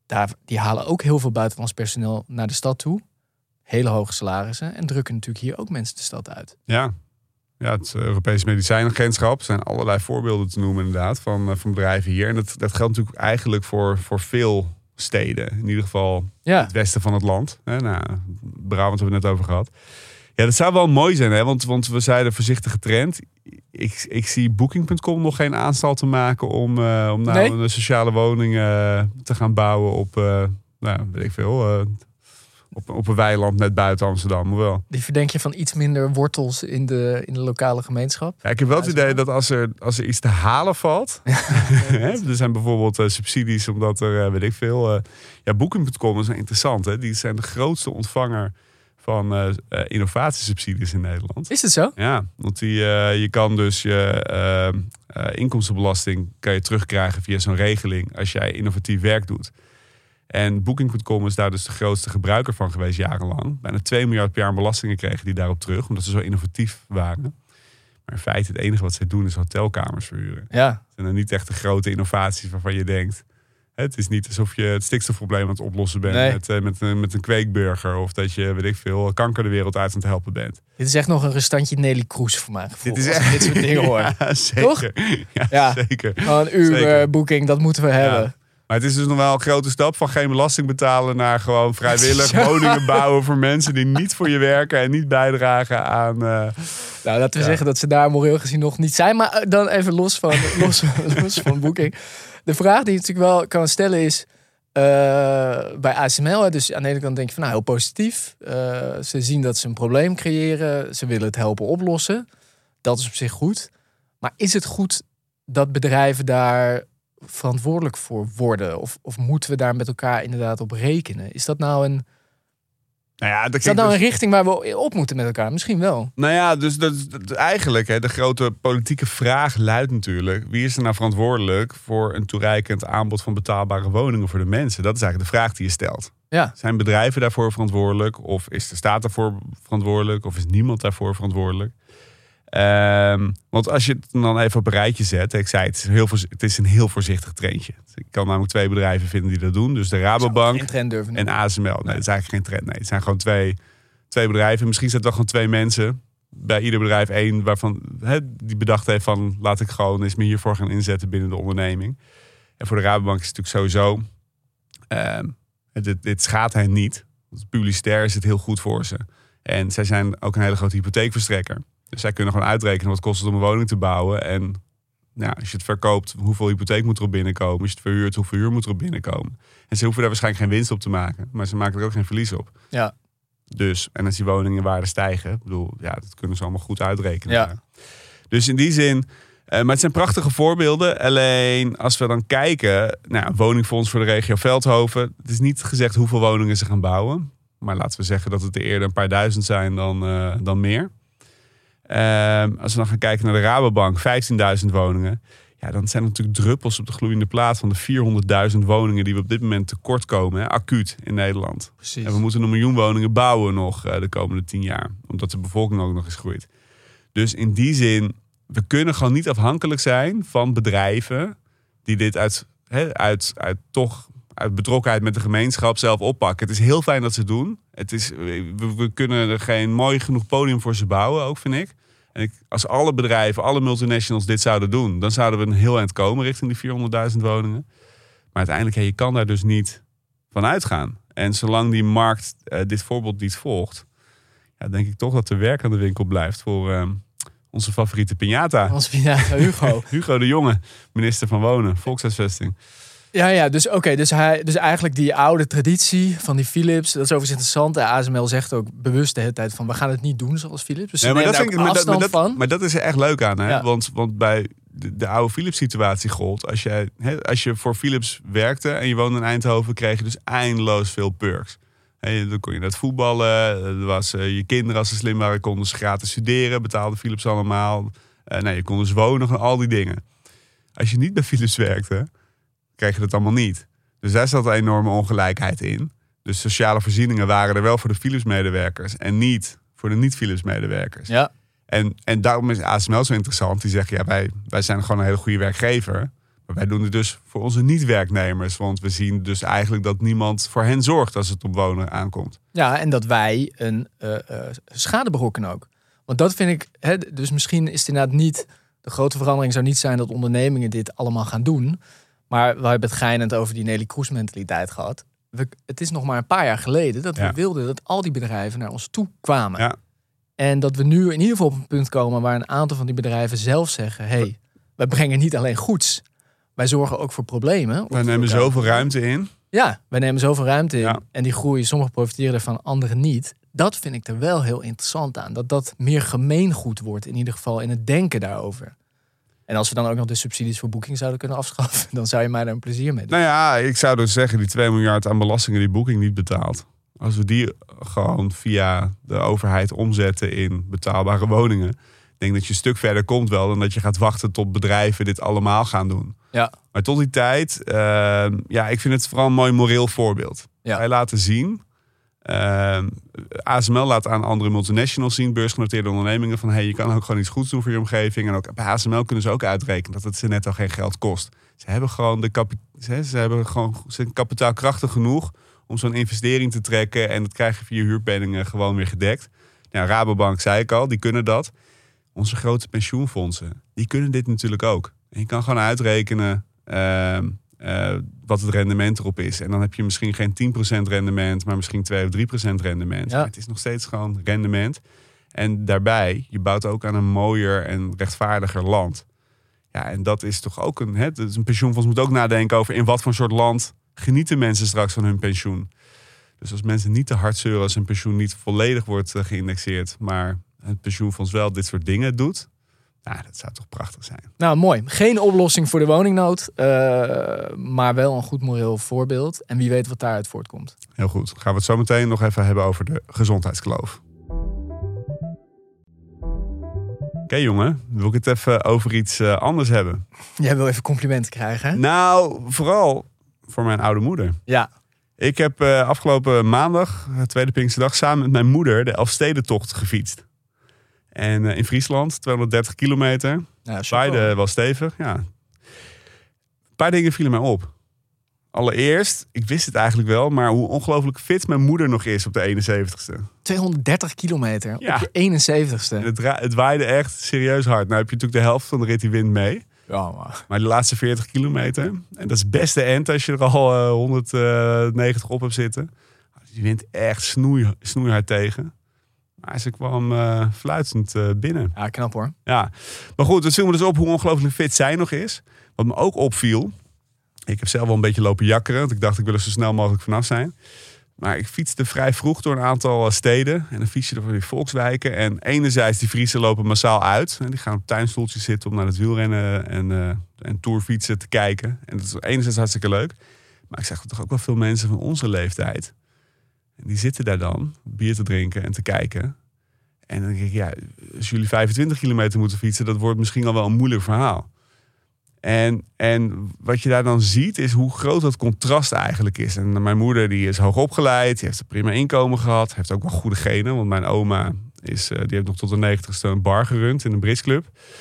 daar, die halen ook heel veel buitenlands personeel naar de stad toe. Hele hoge salarissen. En drukken natuurlijk hier ook mensen de stad uit. Ja, ja het Europese Medicijnagentschap. Er zijn allerlei voorbeelden te noemen inderdaad van, van bedrijven hier. En dat, dat geldt natuurlijk eigenlijk voor, voor veel steden. In ieder geval ja. het westen van het land. Nou, Brabant hebben we het net over gehad. Ja, dat zou wel mooi zijn, hè? Want, want we zeiden voorzichtige trend. Ik, ik zie Booking punt com nog geen aanstalten maken om, uh, om nou nee? een sociale woning uh, te gaan bouwen op, uh, nou, weet ik veel, uh, op, op een weiland net buiten Amsterdam. Maar wel. Die verdenk je van iets minder wortels in de, in de lokale gemeenschap? Ja, ik heb wel het idee dat als er, als er iets te halen valt, hè, er zijn bijvoorbeeld uh, subsidies omdat er, uh, weet ik veel, uh, ja, Booking punt com is interessant, hè? Die zijn de grootste ontvanger van uh, uh, innovatiesubsidies in Nederland. Is het zo? Ja, want die, uh, je kan dus je uh, uh, inkomstenbelasting kan je terugkrijgen via zo'n regeling als jij innovatief werk doet. En Booking punt com is daar dus de grootste gebruiker van geweest jarenlang. Bijna twee miljard per jaar belastingen kregen die daarop terug, omdat ze zo innovatief waren. Maar in feite het enige wat zij doen is hotelkamers verhuren. Ja. Het zijn dan niet echt de grote innovaties waarvan je denkt, het is niet alsof je het stikstofprobleem aan het oplossen bent nee. met, uh, met, uh, met een kweekburger. Of dat je, weet ik veel, kanker de wereld uit aan het helpen bent. Dit is echt nog een restantje Nelly Kroes voor mijn gevoel. Dit is echt dit soort dingen hoor. Ja, zeker. Toch? Ja, ja. zeker. Een Uber-boeking, dat moeten we hebben. Ja. Maar het is dus nog wel een grote stap van geen belasting betalen naar gewoon vrijwillig woningen bouwen voor mensen die niet voor je werken en niet bijdragen aan... Uh, nou, laten we ja. zeggen dat ze daar moreel gezien nog niet zijn. Maar dan even los van, los, los van Booking. De vraag die je natuurlijk wel kan stellen is, Uh, bij A S M L, dus aan de ene kant denk je van nou heel positief. Uh, ze zien dat ze een probleem creëren. Ze willen het helpen oplossen. Dat is op zich goed. Maar is het goed dat bedrijven daar verantwoordelijk voor worden? Of, of moeten we daar met elkaar inderdaad op rekenen? Is dat nou een, nou ja, dat is dat nou dus... een richting waar we op moeten met elkaar? Misschien wel. Nou ja, dus dat, dat, eigenlijk hè, de grote politieke vraag luidt natuurlijk, wie is er nou verantwoordelijk voor een toereikend aanbod van betaalbare woningen voor de mensen? Dat is eigenlijk de vraag die je stelt. Ja. Zijn bedrijven daarvoor verantwoordelijk? Of is de staat daarvoor verantwoordelijk? Of is niemand daarvoor verantwoordelijk? Um, want als je het dan even op een rijtje zet. Ik zei, het is, heel, het is een heel voorzichtig trendje. Ik kan namelijk twee bedrijven vinden die dat doen. Dus de Rabobank en A S M L. Nee, nee, dat is eigenlijk geen trend. Nee, het zijn gewoon twee, twee bedrijven. Misschien zijn het wel gewoon twee mensen. Bij ieder bedrijf één waarvan he, die bedacht heeft van, laat ik gewoon eens me hiervoor gaan inzetten binnen de onderneming. En voor de Rabobank is het natuurlijk sowieso, um, dit, dit schaadt hen niet. Publicitair is het heel goed voor ze. En zij zijn ook een hele grote hypotheekverstrekker. Dus zij kunnen gewoon uitrekenen wat kost het om een woning te bouwen. En nou, als je het verkoopt, hoeveel hypotheek moet erop binnenkomen. Als je het verhuurt, hoeveel huur moet erop binnenkomen. En ze hoeven daar waarschijnlijk geen winst op te maken. Maar ze maken er ook geen verlies op. Ja. Dus, en als die woningen in waarde stijgen, ik bedoel, ja, dat kunnen ze allemaal goed uitrekenen. Ja. Dus in die zin, uh, maar het zijn prachtige voorbeelden. Alleen als we dan kijken, nou, woningfonds voor de regio Veldhoven. Het is niet gezegd hoeveel woningen ze gaan bouwen. Maar laten we zeggen dat het er eerder een paar duizend zijn dan, uh, dan meer. Uh, als we dan gaan kijken naar de Rabobank, vijftienduizend woningen. Ja, dan zijn er natuurlijk druppels op de gloeiende plaat van de vierhonderdduizend woningen die we op dit moment tekort komen, hè, acuut in Nederland. Precies. En we moeten een miljoen woningen bouwen nog uh, de komende tien jaar. Omdat de bevolking ook nog eens groeit. Dus in die zin, we kunnen gewoon niet afhankelijk zijn van bedrijven die dit uit, hè, uit, uit toch uit betrokkenheid met de gemeenschap zelf oppakken. Het is heel fijn dat ze het doen. Het is, we, we kunnen er geen mooi genoeg podium voor ze bouwen, ook vind ik. En ik, als alle bedrijven, alle multinationals dit zouden doen, dan zouden we een heel eind komen richting die vierhonderdduizend woningen. Maar uiteindelijk, hey, je kan daar dus niet van uitgaan. En zolang die markt uh, dit voorbeeld niet volgt, ja, denk ik toch dat er werk aan de winkel blijft voor uh, onze favoriete piñata. Onze piñata, Hugo. Hugo de Jonge, minister van Wonen, Volkshuisvesting. Ja, ja, dus oké, okay, dus, hij, dus eigenlijk die oude traditie van die Philips, dat is overigens interessant. De A S M L zegt ook bewust de hele tijd van, we gaan het niet doen zoals Philips. Dus nee, maar, dat vind ik, maar, dat, maar, dat, van. maar dat is er echt leuk aan, hè? Ja. Want, want bij de, de oude Philips situatie gold, als, jij, hè, als je voor Philips werkte en je woonde in Eindhoven, kreeg je dus eindeloos veel perks. He, dan kon je naar het voetballen, er was, uh, je kinderen als ze slim waren, konden ze gratis studeren, betaalde Philips allemaal. Uh, nee, je kon dus wonen en al die dingen. Als je niet bij Philips werkte, kreeg je dat allemaal niet. Dus daar zat een enorme ongelijkheid in. Dus sociale voorzieningen waren er wel voor de Philips-medewerkers en niet voor de niet-Philips-medewerkers. Ja. En, en daarom is A S M L zo interessant. Die zeggen, ja, wij, wij zijn gewoon een hele goede werkgever. Maar wij doen het dus voor onze niet-werknemers. Want we zien dus eigenlijk dat niemand voor hen zorgt als het op wonen aankomt. Ja, en dat wij een uh, uh, schade berokkenen ook. Want dat vind ik... Hè, dus misschien is het inderdaad niet... De grote verandering zou niet zijn dat ondernemingen dit allemaal gaan doen. Maar we hebben het geinend over die Nelly Kroes mentaliteit gehad. We, het is nog maar een paar jaar geleden dat ja. we wilden dat al die bedrijven naar ons toe kwamen. Ja. En dat we nu in ieder geval op een punt komen waar een aantal van die bedrijven zelf zeggen... hey, wij brengen niet alleen goeds. Wij zorgen ook voor problemen. Wij nemen zoveel ruimte in. Ja, wij nemen zoveel ruimte in. Ja. En die groei, sommigen profiteren ervan, anderen niet. Dat vind ik er wel heel interessant aan. Dat dat meer gemeengoed wordt, in ieder geval in het denken daarover. En als we dan ook nog de subsidies voor Booking zouden kunnen afschaffen... dan zou je mij daar een plezier mee doen. Nou ja, ik zou dus zeggen, die twee miljard aan belastingen die Booking niet betaalt. Als we die gewoon via de overheid omzetten in betaalbare woningen... ik denk dat je een stuk verder komt wel dan dat je gaat wachten tot bedrijven dit allemaal gaan doen. Ja. Maar tot die tijd, uh, ja, ik vind het vooral een mooi moreel voorbeeld. Ja. Wij laten zien, uh, A S M L laat aan andere multinationals zien, beursgenoteerde ondernemingen, van hey, je kan ook gewoon iets goeds doen voor je omgeving. En ook bij A S M L kunnen ze ook uitrekenen dat het ze net al geen geld kost. Ze hebben gewoon de kapi- ze, ze hebben gewoon ze zijn kapitaalkrachtig genoeg om zo'n investering te trekken en dat krijg je via huurpenningen gewoon weer gedekt. Nou, Rabobank zei ik al, die kunnen dat. Onze grote pensioenfondsen, die kunnen dit natuurlijk ook. En je kan gewoon uitrekenen uh, uh, wat het rendement erop is. En dan heb je misschien geen tien procent rendement, maar misschien twee of drie procent rendement. Ja. Maar het is nog steeds gewoon rendement. En daarbij, je bouwt ook aan een mooier en rechtvaardiger land. Ja, en dat is toch ook een... Hè, dus een pensioenfonds moet ook nadenken over in wat voor soort land genieten mensen straks van hun pensioen. Dus als mensen niet te hard zeuren als hun pensioen niet volledig wordt uh, geïndexeerd, maar het pensioenfonds wel dit soort dingen doet, nou, dat zou toch prachtig zijn. Nou, mooi. Geen oplossing voor de woningnood, uh, maar wel een goed moreel voorbeeld. En wie weet wat daaruit voortkomt. Heel goed. Gaan we het zo meteen nog even hebben over de gezondheidskloof. Oké, okay, jongen. Wil ik het even over iets uh, anders hebben? Jij wil even complimenten krijgen, hè? Nou, vooral voor mijn oude moeder. Ja. Ik heb uh, afgelopen maandag, tweede Pinksterdag, samen met mijn moeder de Elfstedentocht gefietst. En uh, in Friesland, tweehonderddertig kilometer. Ja, Beide wel stevig, ja. Een paar dingen vielen mij op. Allereerst, ik wist het eigenlijk wel, maar hoe ongelooflijk fit mijn moeder nog is op de eenenzeventigste. tweehonderddertig kilometer Ja. op je eenenzeventigste. Het, dra- het waaide echt serieus hard. Nou heb je natuurlijk de helft van de rit die wind mee. Ja, maar... Maar de laatste veertig kilometer, en dat is het beste end als je er al uh, honderdnegentig op hebt zitten. Die wint echt snoei, snoeihard tegen. Maar ze kwam uh, fluitend uh, binnen. Ja, knap hoor. Ja, maar goed, het viel me dus op hoe ongelooflijk fit zij nog is. Wat me ook opviel, ik heb zelf wel een beetje lopen jakkeren, want ik dacht ik wil er zo snel mogelijk vanaf zijn. Maar ik fietste vrij vroeg door een aantal steden en dan fiets je door die volkswijken. En enerzijds die Friesen lopen massaal uit. En die gaan op tuinstoeltjes zitten om naar het wielrennen en, uh, en tourfietsen te kijken. En dat is enerzijds hartstikke leuk. Maar ik zag toch ook wel veel mensen van onze leeftijd. En die zitten daar dan, bier te drinken en te kijken. En dan denk ik, ja, als jullie vijfentwintig kilometer moeten fietsen, dat wordt misschien al wel een moeilijk verhaal. En, en wat je daar dan ziet, is hoe groot dat contrast eigenlijk is. En mijn moeder, die is hoog opgeleid, die heeft een prima inkomen gehad, heeft ook wel goede genen. Want mijn oma, is, die heeft nog tot de negentigste een bar gerund in een bridgeclub.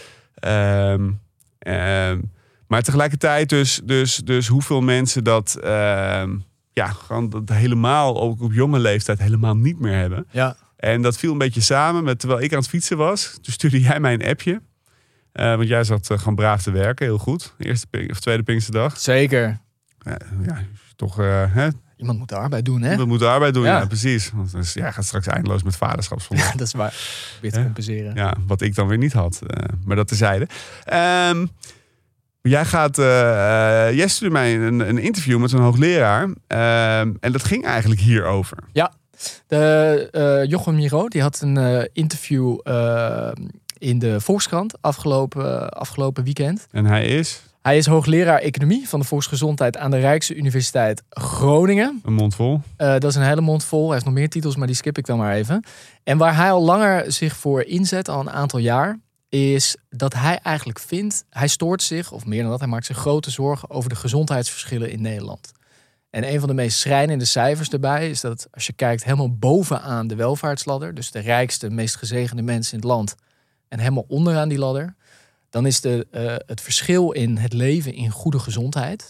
Um, um, maar tegelijkertijd dus, dus, dus hoeveel mensen dat... Um, ja, gewoon dat helemaal, ook op jonge leeftijd, helemaal niet meer hebben. Ja. En dat viel een beetje samen met, terwijl ik aan het fietsen was, toen stuurde jij mij een appje. Uh, want jij zat uh, gewoon braaf te werken, heel goed. Eerste pink, of tweede Pinksterdag. Zeker. Ja, ja toch... Uh, hè? Iemand moet de arbeid doen, hè? Iemand moet de arbeid doen, ja, ja precies. Want dus, jij gaat straks eindeloos met vaderschapsverlof. Ja, dat is waar. Weer te compenseren. Ja, wat ik dan weer niet had. Uh, maar dat terzijde. Um, Jij gaat, uh, uh, jij stuurde mij een, een interview met een hoogleraar. Uh, en dat ging eigenlijk hierover. Ja, de, uh, Jochem Miro die had een uh, interview uh, in de Volkskrant afgelopen, uh, afgelopen weekend. En hij is? Hij is hoogleraar economie van de volksgezondheid aan de Rijksuniversiteit Groningen. Een mond vol. Uh, dat is een hele mond vol. Hij heeft nog meer titels, maar die skip ik dan maar even. En waar hij al langer zich voor inzet, al een aantal jaar, is dat hij eigenlijk vindt, hij stoort zich, of meer dan dat, hij maakt zich grote zorgen over de gezondheidsverschillen in Nederland. En een van de meest schrijnende cijfers daarbij is dat als je kijkt helemaal bovenaan de welvaartsladder, dus de rijkste, meest gezegende mensen in het land, en helemaal onderaan die ladder, dan is de, uh, het verschil in het leven in goede gezondheid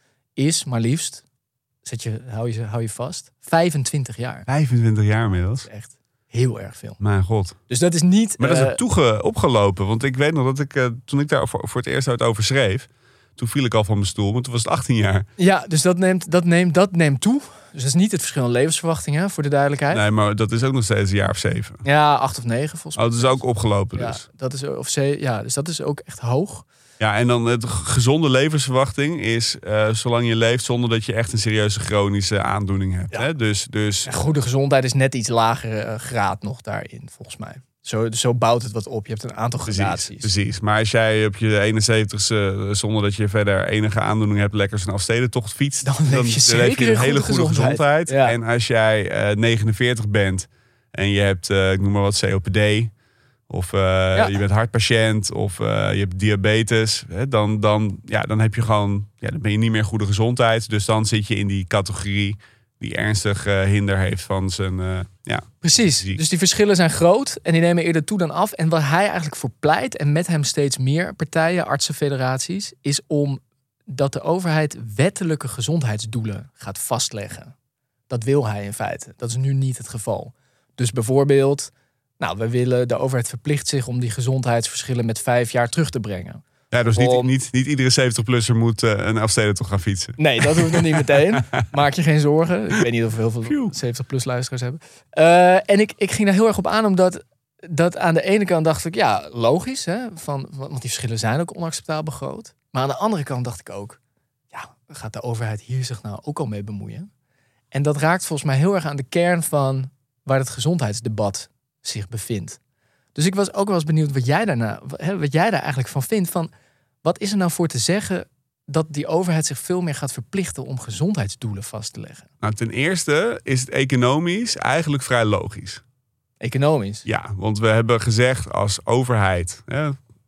is maar liefst, zet je, hou, je, hou je vast, vijfentwintig jaar. vijfentwintig jaar inmiddels. Dat is echt heel erg veel. Mijn god. Dus dat is niet... Maar dat is uh, ook toege, opgelopen. Want ik weet nog dat ik, uh, toen ik daar voor, voor het eerst over schreef, toen viel ik al van mijn stoel, maar toen was het achttien jaar. Ja, dus dat neemt, dat neemt, dat neemt toe. Dus dat is niet het verschil in levensverwachting, hè, voor de duidelijkheid. Nee, maar dat is ook nog steeds een jaar of zeven. Ja, acht of negen volgens mij. Oh, dat is ook opgelopen dus. Ja, dat is, of ze, ja, dus dat is ook echt hoog. Ja, en dan het gezonde levensverwachting is uh, zolang je leeft zonder dat je echt een serieuze chronische aandoening hebt. Ja. Hè? Dus, dus... En goede gezondheid is net iets lagere uh, graad nog daarin, volgens mij. Zo, zo bouwt het wat op. Je hebt een aantal gradaties. Precies, precies. Maar als jij op je eenenzeventigste, zonder dat je verder enige aandoening hebt, lekker zo'n afstedentocht fietst, dan leef je, dan leef je een hele goede gezondheid. gezondheid. Ja. En als jij uh, negenenveertig bent en je hebt, uh, ik noem maar wat, C O P D, of uh, ja. je bent hartpatiënt, of uh, je hebt diabetes, hè, dan, dan, ja, dan heb je gewoon, ja, dan ben je niet meer goede gezondheid. Dus dan zit je in die categorie die ernstig uh, hinder heeft van zijn... Uh, ja, Precies, ziek. Dus die verschillen zijn groot en die nemen eerder toe dan af. En wat hij eigenlijk voor pleit, en met hem steeds meer partijen, artsenfederaties, is om dat de overheid wettelijke gezondheidsdoelen gaat vastleggen. Dat wil hij in feite. Dat is nu niet het geval. Dus bijvoorbeeld, nou, we willen, de overheid verplicht zich om die gezondheidsverschillen met vijf jaar terug te brengen. Ja, dus niet, Om... niet, niet iedere zeventig-plusser moet uh, een afstedentocht gaan fietsen. Nee, dat hoeft nog niet meteen. Maak je geen zorgen. Ik weet niet of we heel veel zeventig-plus luisteraars hebben. Uh, en ik, ik ging daar heel erg op aan, omdat dat aan de ene kant dacht ik, ja, logisch. Hè, van, want die verschillen zijn ook onacceptabel groot. Maar aan de andere kant dacht ik ook, ja, gaat de overheid hier zich nou ook al mee bemoeien? En dat raakt volgens mij heel erg aan de kern van waar het gezondheidsdebat zich bevindt. Dus ik was ook wel eens benieuwd wat jij, daarna, wat jij daar eigenlijk van vindt. Van, wat is er nou voor te zeggen dat die overheid zich veel meer gaat verplichten om gezondheidsdoelen vast te leggen? Nou, ten eerste is het economisch eigenlijk vrij logisch. Economisch? Ja, want we hebben gezegd als overheid hè,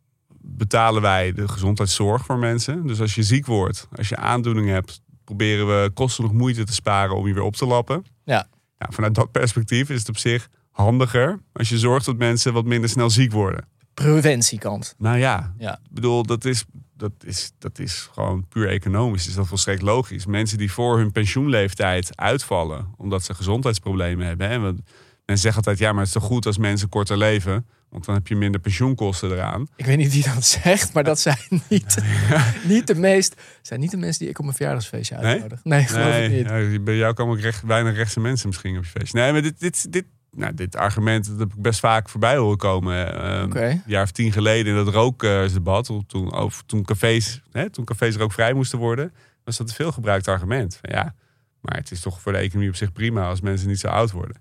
betalen wij de gezondheidszorg voor mensen. Dus als je ziek wordt, als je aandoening hebt, proberen we kosten nog moeite te sparen om je weer op te lappen. Ja. Nou, vanuit dat perspectief is het op zich handiger als je zorgt dat mensen wat minder snel ziek worden. Preventiekant. Nou ja, ja. ik bedoel, dat is, dat, is, dat is gewoon puur economisch. Is dat volstrekt logisch. Mensen die voor hun pensioenleeftijd uitvallen omdat ze gezondheidsproblemen hebben. Hè? Want men zegt altijd, ja, maar het is toch goed als mensen korter leven, want dan heb je minder pensioenkosten eraan. Ik weet niet wie dat zegt, maar dat zijn niet, niet de meest, zijn niet de mensen die ik op mijn verjaardagsfeestje uitnodig. Nee, nee geloof nee, ik niet. Ja, bij jou komen ook recht, weinig rechtse mensen misschien op je feestje. Nee, maar dit, dit, dit, nou, dit argument dat heb ik best vaak voorbij horen komen. Uh, okay. Een jaar of tien geleden in dat rookdebat, toen, over, toen, cafés, hè, toen cafés rookvrij moesten worden, was dat een veel gebruikt argument. Van, ja, maar het is toch voor de economie op zich prima als mensen niet zo oud worden.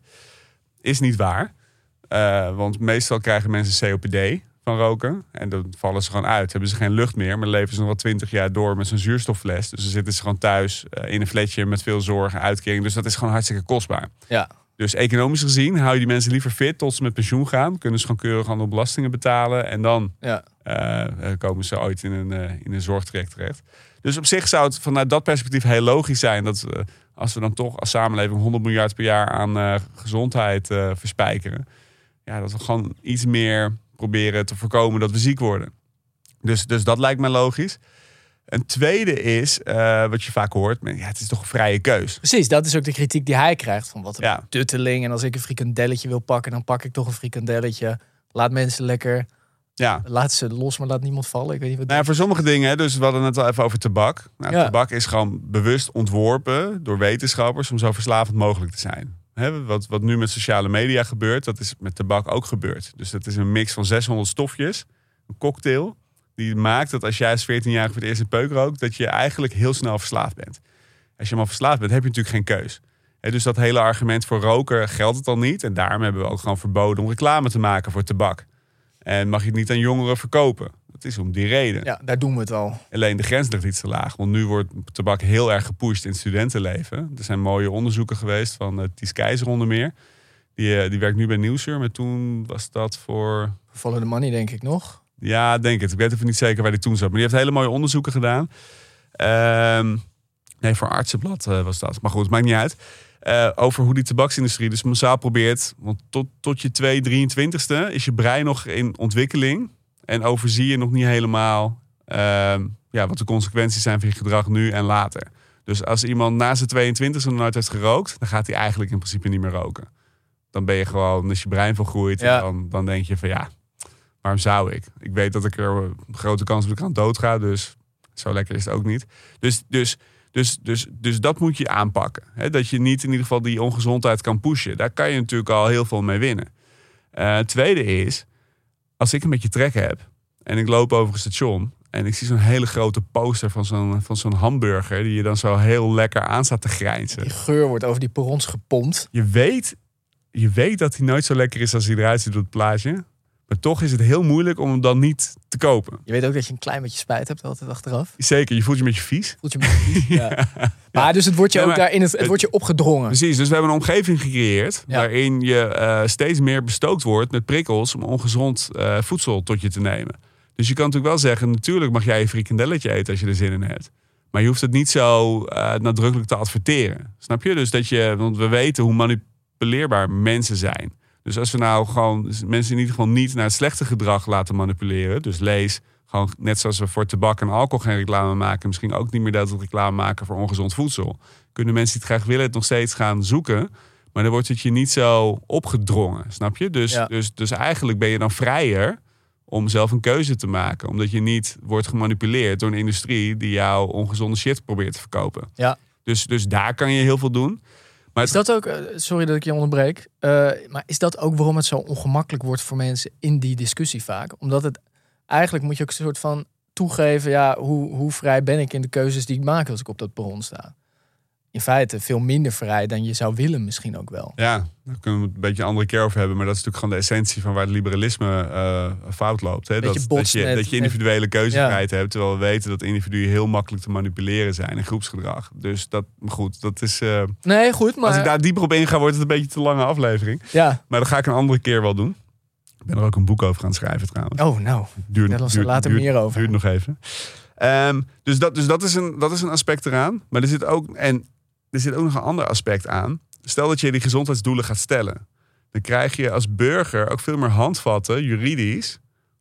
Is niet waar. Uh, want meestal krijgen mensen C O P D van roken. En dan vallen ze gewoon uit. Hebben ze geen lucht meer. Maar leven ze nog wel twintig jaar door met zo'n zuurstoffles. Dus dan zitten ze gewoon thuis uh, in een flatje met veel zorg en uitkering. Dus dat is gewoon hartstikke kostbaar. Ja. Dus economisch gezien hou je die mensen liever fit tot ze met pensioen gaan. Kunnen ze gewoon keurig andere belastingen betalen. En dan ja. uh, komen ze ooit in een, uh, in een zorgtraject terecht. Dus op zich zou het vanuit dat perspectief heel logisch zijn dat uh, als we dan toch als samenleving honderd miljard per jaar aan uh, gezondheid uh, verspijkeren. Ja, dat we gewoon iets meer proberen te voorkomen dat we ziek worden. Dus, dus dat lijkt me logisch. Een tweede is, uh, wat je vaak hoort, ja, het is toch een vrije keus. Precies, dat is ook de kritiek die hij krijgt. Van wat een ja. tutteling. En als ik een frikandelletje wil pakken, dan pak ik toch een frikandelletje. Laat mensen lekker, ja. laat ze los, maar laat niemand vallen. Ik weet niet wat. Nou ja, voor sommige dingen, dus we hadden het al even over tabak. Nou, ja. Tabak is gewoon bewust ontworpen door wetenschappers om zo verslavend mogelijk te zijn. He, wat, wat nu met sociale media gebeurt, dat is met tabak ook gebeurd. Dus dat is een mix van zeshonderd stofjes, een cocktail, die maakt dat als jij als veertienjarige voor het eerst een peuk rookt, dat je eigenlijk heel snel verslaafd bent. Als je eenmaal verslaafd bent, heb je natuurlijk geen keus. He, dus dat hele argument voor roken geldt het al niet. En daarom hebben we ook gewoon verboden om reclame te maken voor tabak. En mag je het niet aan jongeren verkopen. Dat is om die reden. Ja, daar doen we het al. Alleen de grens ligt iets te laag. Want nu wordt tabak heel erg gepusht in het studentenleven. Er zijn mooie onderzoeken geweest van uh, Ties Keizer onder meer. Die, uh, die werkt nu bij Nieuwsuur. Maar toen was dat voor... Follow the Money, denk ik nog. Ja, denk het. Ik weet even niet zeker waar die toen zat. Maar die heeft hele mooie onderzoeken gedaan. Uh, nee, voor Artsenblad uh, was dat. Maar goed, het maakt niet uit. Uh, over hoe die tabaksindustrie dus massaal probeert. Want tot, tot je twee, drieëntwintigste is je brein nog in ontwikkeling. En overzie je nog niet helemaal uh, ja, wat de consequenties zijn van je gedrag nu en later. Dus als iemand na zijn tweeëntwintigste nog nooit heeft gerookt, dan gaat hij eigenlijk in principe niet meer roken. Dan ben je gewoon, als je brein volgroeit, ja. dan, dan denk je van ja, waarom zou ik? Ik weet dat ik er een grote kans heb dat ik aan dood ga, dus zo lekker is het ook niet. Dus, dus, dus, dus, dus dat moet je aanpakken. Hè? Dat je niet in ieder geval die ongezondheid kan pushen. Daar kan je natuurlijk al heel veel mee winnen. Uh, het tweede is, als ik een beetje trek heb en ik loop over een station en ik zie zo'n hele grote poster van zo'n, van zo'n hamburger die je dan zo heel lekker aan staat te grijnzen. Die geur wordt over die perrons gepompt. Je weet, je weet dat hij nooit zo lekker is als hij eruit ziet op het plaatje. Maar toch is het heel moeilijk om hem dan niet te kopen. Je weet ook dat je een klein beetje spijt hebt altijd achteraf. Zeker, je voelt je een beetje vies. Voelt je een beetje vies, ja. ja. Maar dus het wordt je ja, ook daarin, het, het wordt je opgedrongen. Precies, dus we hebben een omgeving gecreëerd ja. waarin je uh, steeds meer bestookt wordt met prikkels om ongezond uh, voedsel tot je te nemen. Dus je kan natuurlijk wel zeggen, natuurlijk mag jij een frikandelletje eten als je er zin in hebt. Maar je hoeft het niet zo uh, nadrukkelijk te adverteren. Snap je? Dus dat je, want we weten hoe manipuleerbaar mensen zijn. Dus als we nou gewoon mensen in ieder geval niet naar het slechte gedrag laten manipuleren. Dus lees, gewoon net zoals we voor tabak en alcohol geen reclame maken. Misschien ook niet meer dat we reclame maken voor ongezond voedsel. Kunnen mensen die het graag willen het nog steeds gaan zoeken. Maar dan wordt het je niet zo opgedrongen. Snap je? Dus, ja. dus, dus eigenlijk ben je dan vrijer om zelf een keuze te maken. Omdat je niet wordt gemanipuleerd door een industrie die jou ongezonde shit probeert te verkopen. Ja. Dus, dus daar kan je heel veel doen. Maar is dat ook, sorry dat ik je onderbreek, uh, maar is dat ook waarom het zo ongemakkelijk wordt voor mensen in die discussie vaak? Omdat het eigenlijk moet je ook een soort van toegeven, ja, hoe, hoe vrij ben ik in de keuzes die ik maak als ik op dat perron sta? In feite veel minder vrij dan je zou willen misschien ook wel. Ja, daar kunnen we het een beetje een andere keer over hebben. Maar dat is natuurlijk gewoon de essentie van waar het liberalisme uh, fout loopt. Hè? Dat, dat, je, met, dat je individuele keuzevrijheid ja. hebt. Terwijl we weten dat individuen heel makkelijk te manipuleren zijn in groepsgedrag. Dus dat, goed, dat is... Uh, nee, goed, maar... Als ik daar dieper op inga, wordt het een beetje te lange aflevering. Ja. Maar dat ga ik een andere keer wel doen. Ik ben er ook een boek over gaan schrijven trouwens. Oh, nou. Duurt, Daar duurt, later duurt, meer over. Duurt nog even. Um, dus dat, dus dat, is een, dat is een aspect eraan. Maar er zit ook... En, Er zit ook nog een ander aspect aan. Stel dat je die gezondheidsdoelen gaat stellen. Dan krijg je als burger ook veel meer handvatten, juridisch,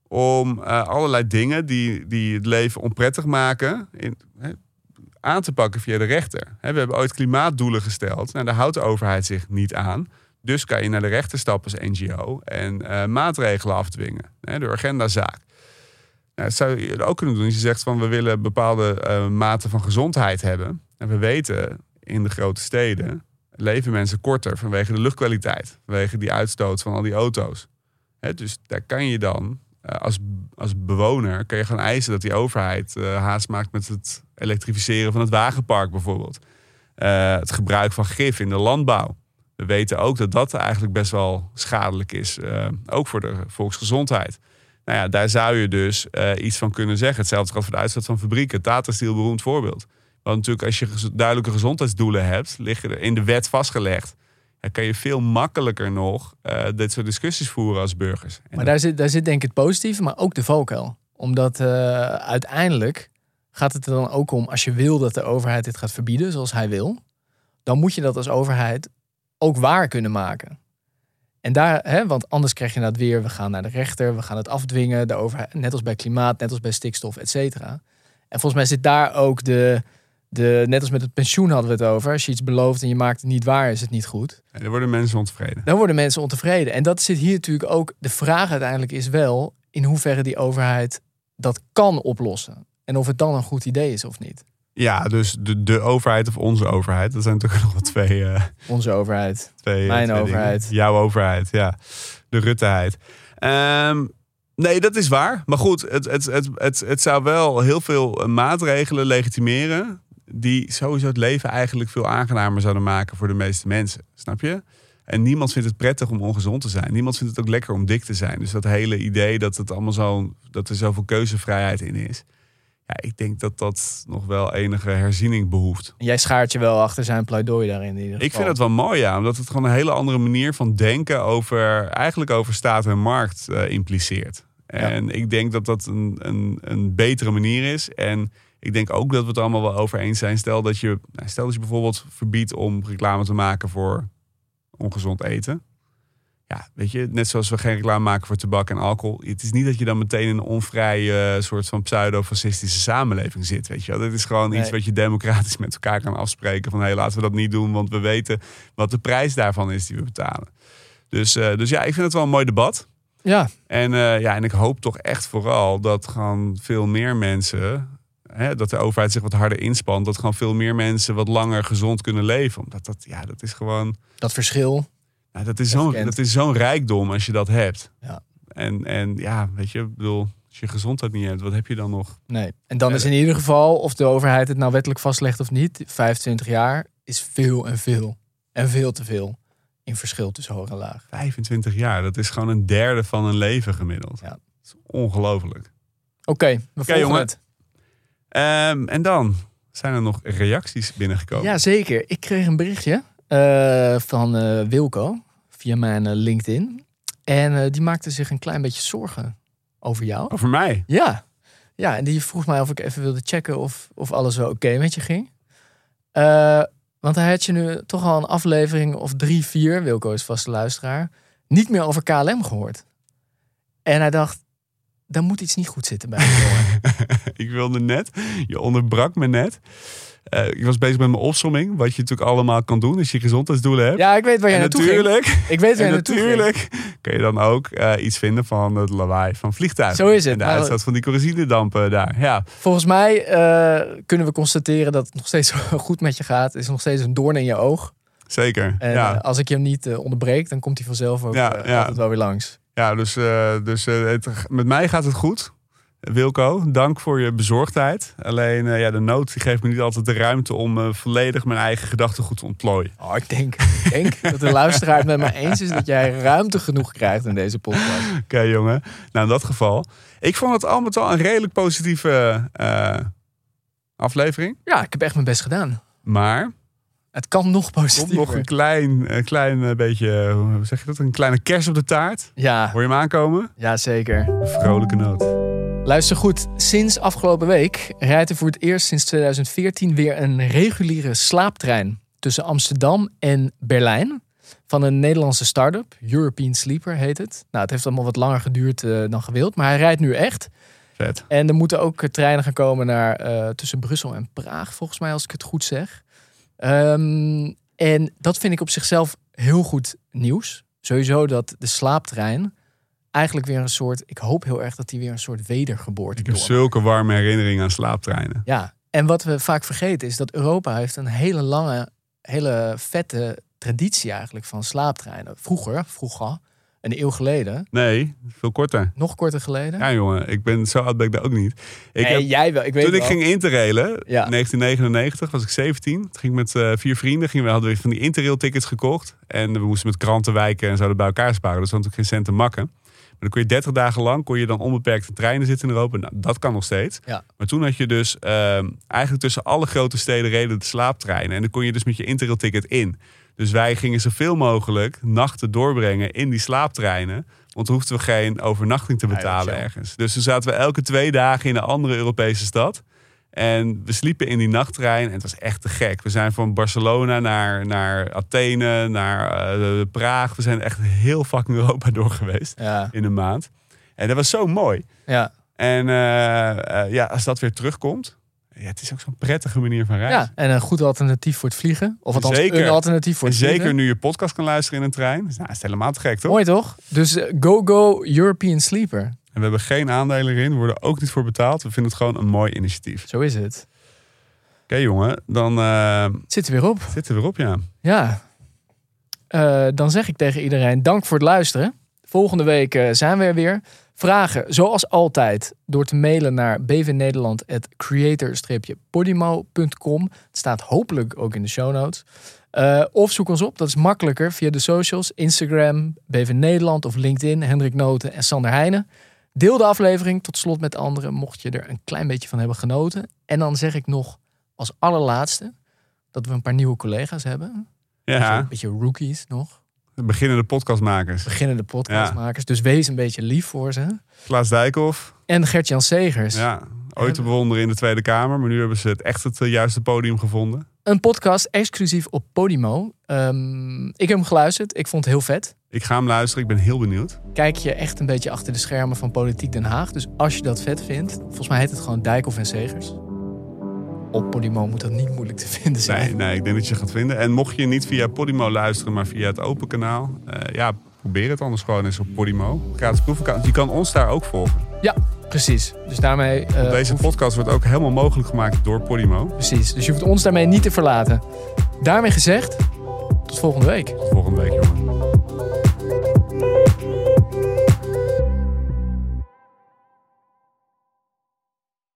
om uh, allerlei dingen die, die het leven onprettig maken, in, he, aan te pakken via de rechter. He, we hebben ooit klimaatdoelen gesteld. Nou, daar houdt de overheid zich niet aan. Dus kan je naar de rechter stappen als N G O en uh, maatregelen afdwingen. He, door agendazaak. Nou, dat zou je ook kunnen doen als je zegt van we willen bepaalde uh, mate van gezondheid hebben. En we weten, in de grote steden leven mensen korter vanwege de luchtkwaliteit. Vanwege die uitstoot van al die auto's. He, dus daar kan je dan uh, als, als bewoner kan je gaan eisen dat die overheid uh, haast maakt met het elektrificeren van het wagenpark bijvoorbeeld. Uh, het gebruik van gif in de landbouw. We weten ook dat dat eigenlijk best wel schadelijk is. Uh, ook voor de volksgezondheid. Nou ja, daar zou je dus uh, iets van kunnen zeggen. Hetzelfde geldt voor de uitstoot van fabrieken. Tata Steel, beroemd voorbeeld. Want natuurlijk als je duidelijke gezondheidsdoelen hebt, liggen er in de wet vastgelegd. Dan kan je veel makkelijker nog uh, dit soort discussies voeren als burgers. En maar dat... daar, zit, daar zit denk ik het positieve, maar ook de valkuil. Omdat uh, uiteindelijk gaat het er dan ook om, als je wil dat de overheid dit gaat verbieden, zoals hij wil, dan moet je dat als overheid ook waar kunnen maken. En daar, hè, want anders krijg je dat weer, we gaan naar de rechter, we gaan het afdwingen, de overheid, net als bij klimaat, net als bij stikstof, et cetera. En volgens mij zit daar ook de... De, net als met het pensioen hadden we het over. Als je iets belooft en je maakt het niet waar, is het niet goed. En dan worden mensen ontevreden. Dan worden mensen ontevreden. En dat zit hier natuurlijk ook... De vraag uiteindelijk is wel in hoeverre die overheid dat kan oplossen. En of het dan een goed idee is of niet. Ja, dus de, de overheid of onze overheid. Dat zijn natuurlijk nog wel twee... Uh, onze overheid. Twee, Mijn twee overheid. Dingen. Jouw overheid, ja. De Rutteheid. Um, Nee, dat is waar. Maar goed, het, het, het, het, het zou wel heel veel maatregelen legitimeren die sowieso het leven eigenlijk veel aangenamer zouden maken voor de meeste mensen. Snap je? En niemand vindt het prettig om ongezond te zijn. Niemand vindt het ook lekker om dik te zijn. Dus dat hele idee dat het allemaal zo, dat er zoveel keuzevrijheid in is. Ja, ik denk dat dat nog wel enige herziening behoeft. En jij schaart je wel achter zijn pleidooi daarin. In ieder geval. Ik vind het wel mooi, ja. Omdat het gewoon een hele andere manier van denken over, eigenlijk over staat en markt uh, impliceert. En ja. ik denk dat dat een, een, een betere manier is. En ik denk ook dat we het allemaal wel over eens zijn. Stel dat je, nou, stel dat je bijvoorbeeld verbiedt om reclame te maken voor ongezond eten. Ja, weet je, net zoals we geen reclame maken voor tabak en alcohol. Het is niet dat je dan meteen in een onvrije uh, soort van pseudo-fascistische samenleving zit. Weet je wel. Dat is gewoon nee. iets wat je democratisch met elkaar kan afspreken. Van hé, hey, laten we dat niet doen, want we weten wat de prijs daarvan is die we betalen. Dus, uh, dus ja, ik vind het wel een mooi debat. Ja. En, uh, ja, en ik hoop toch echt vooral dat gewoon veel meer mensen... Hè, dat de overheid zich wat harder inspant. Dat gewoon veel meer mensen wat langer gezond kunnen leven. Omdat dat, ja, dat is gewoon... Dat verschil... Ja, dat is zo'n dat is zo'n rijkdom als je dat hebt. Ja. En, en ja, weet je, ik bedoel, als je gezondheid niet hebt, wat heb je dan nog? Nee. En dan is in ieder geval, of de overheid het nou wettelijk vastlegt of niet, vijfentwintig jaar is veel en veel. En veel te veel in verschil tussen hoog en laag. vijfentwintig jaar, dat is gewoon een derde van een leven gemiddeld. Ja. Dat is ongelooflijk. Oké, okay, we okay, volgen het. Um, en dan zijn er nog reacties binnengekomen. Ja, zeker. Ik kreeg een berichtje. Uh, van uh, Wilco via mijn uh, LinkedIn. En uh, die maakte zich een klein beetje zorgen over jou. Over mij? Ja. Ja, en die vroeg mij of ik even wilde checken of, of alles wel oké okay met je ging. Uh, want hij had je nu toch al een aflevering of drie, vier, Wilco is vaste luisteraar, niet meer over K L M gehoord. En hij dacht, daar moet iets niet goed zitten bij me, jongen. Ik wilde net, je onderbrak me net. Uh, ik was bezig met mijn opsomming. Wat je natuurlijk allemaal kan doen als je gezondheidsdoelen hebt. Ja, ik weet waar je en naartoe natuurlijk, ging. Ik weet waar je naartoe natuurlijk ging. kun je dan ook uh, iets vinden van het lawaai van vliegtuigen. Zo is het. En de maar uitstoot van die kerosinedampen daar. Ja. Volgens mij uh, kunnen we constateren dat het nog steeds goed met je gaat. Het is nog steeds een doorn in je oog. Zeker, En ja. uh, als ik je hem niet uh, onderbreek, dan komt hij vanzelf ook ja, uh, ja. altijd wel weer langs. Ja, dus, uh, dus uh, het, met mij gaat het goed. Wilco, dank voor je bezorgdheid. Alleen uh, ja, de nood die geeft me niet altijd de ruimte om uh, volledig mijn eigen gedachtegoed te ontplooien. Oh, ik denk, ik denk dat de luisteraar het met mij eens is dat jij ruimte genoeg krijgt in deze podcast. Oké, okay, jongen. Nou, in dat geval. Ik vond het al met al een redelijk positieve uh, aflevering. Ja, ik heb echt mijn best gedaan. Maar... Het kan nog positiever. Komt nog een klein, een klein beetje, hoe zeg je dat? Een kleine kers op de taart. Ja. Hoor je hem aankomen? Ja, zeker. Een vrolijke noot. Luister goed. Sinds afgelopen week rijdt er voor het eerst sinds twintig veertien weer een reguliere slaaptrein tussen Amsterdam en Berlijn. Van een Nederlandse start-up. European Sleeper heet het. Nou, het heeft allemaal wat langer geduurd uh, dan gewild. Maar hij rijdt nu echt. Vet. En er moeten ook treinen gaan komen naar uh, tussen Brussel en Praag, volgens mij, als ik het goed zeg. Um, en dat vind ik op zichzelf heel goed nieuws. Sowieso dat de slaaptrein eigenlijk weer een soort... Ik hoop heel erg dat die weer een soort wedergeboorte Ik heb doormaakt. zulke warme herinneringen aan slaaptreinen. Ja, en wat we vaak vergeten is dat Europa heeft een hele lange, hele vette traditie eigenlijk van slaaptreinen. Vroeger, vroeger, een eeuw geleden. Nee, veel korter. Nog korter geleden. Ja, jongen, ik ben zo oud ben ik dat ook niet. Ik nee, heb, jij wel. Ik weet toen wel. ik ging interrailen, Ja. in negentien negenennegentig, was ik zeventien. Toen ging ik met uh, vier vrienden, gingen we, hadden we van die interrail tickets gekocht. En we moesten met krantenwijken en zouden bij elkaar sparen. Dus we hadden natuurlijk geen cent te makken. Maar dan kon je dertig dagen lang kon je dan onbeperkt in treinen zitten in Europa. Nou, dat kan nog steeds. Ja. Maar toen had je dus uh, eigenlijk tussen alle grote steden reden de slaaptreinen. En dan kon je dus met je interrail ticket in. Dus wij gingen zoveel mogelijk nachten doorbrengen in die slaaptreinen. Want dan hoefden we geen overnachting te betalen ja, ergens. Dus toen zaten we elke twee dagen in een andere Europese stad. En we sliepen in die nachttrein en het was echt te gek. We zijn van Barcelona naar, naar Athene, naar uh, Praag. We zijn echt heel fucking Europa door geweest Ja. in een maand. En dat was zo mooi. Ja. En uh, uh, ja, als dat weer terugkomt... Ja, het is ook zo'n prettige manier van reizen. Ja, en een goed alternatief voor het vliegen. Of althans Zeker. een alternatief voor En het vliegen. zeker nu je podcast kan luisteren in een trein. Dus, nou, is het helemaal te gek, toch? Mooi toch? Dus uh, go go European Sleeper. En we hebben geen aandelen erin. We worden ook niet voor betaald. We vinden het gewoon een mooi initiatief. Zo is het. Oké, okay, jongen. Dan uh, zit er weer op. Zit er weer op, ja. Ja. Uh, dan zeg ik tegen iedereen dank voor het luisteren. Volgende week uh, zijn we er weer. Vragen, zoals altijd, door te mailen naar b v nederland at creator podimo punt com. Het staat hopelijk ook in de show notes. Uh, of zoek ons op, dat is makkelijker, via de socials. Instagram, B V Nederland of LinkedIn, Hendrik Noten en Sander Heijnen. Deel de aflevering tot slot met anderen, mocht je er een klein beetje van hebben genoten. En dan zeg ik nog als allerlaatste dat we een paar nieuwe collega's hebben. Ja. Een beetje rookies nog. Beginnende podcastmakers. Beginnende podcastmakers. Ja. Dus wees een beetje lief voor ze. Klaas Dijkhoff. En Gert-Jan Segers. Ja, ooit te bewonderen in de Tweede Kamer. Maar nu hebben ze het echt het juiste podium gevonden. Een podcast exclusief op Podimo. Um, ik heb hem geluisterd. Ik vond het heel vet. Ik ga hem luisteren. Ik ben heel benieuwd. Kijk je echt een beetje achter de schermen van Politiek Den Haag. Dus als je dat vet vindt. Volgens mij heet het gewoon Dijkhoff en Segers. Op Podimo moet dat niet moeilijk te vinden zijn. Nee, nee, ik denk dat je gaat vinden. En mocht je niet via Podimo luisteren, maar via het open kanaal. Uh, ja, probeer het anders gewoon eens op Podimo. Gratis proefaccount. Je kan ons daar ook volgen. Ja, precies. Dus daarmee... Uh, Deze hoef... podcast wordt ook helemaal mogelijk gemaakt door Podimo. Precies. Dus je hoeft ons daarmee niet te verlaten. Daarmee gezegd, tot volgende week. Tot volgende week, jongen.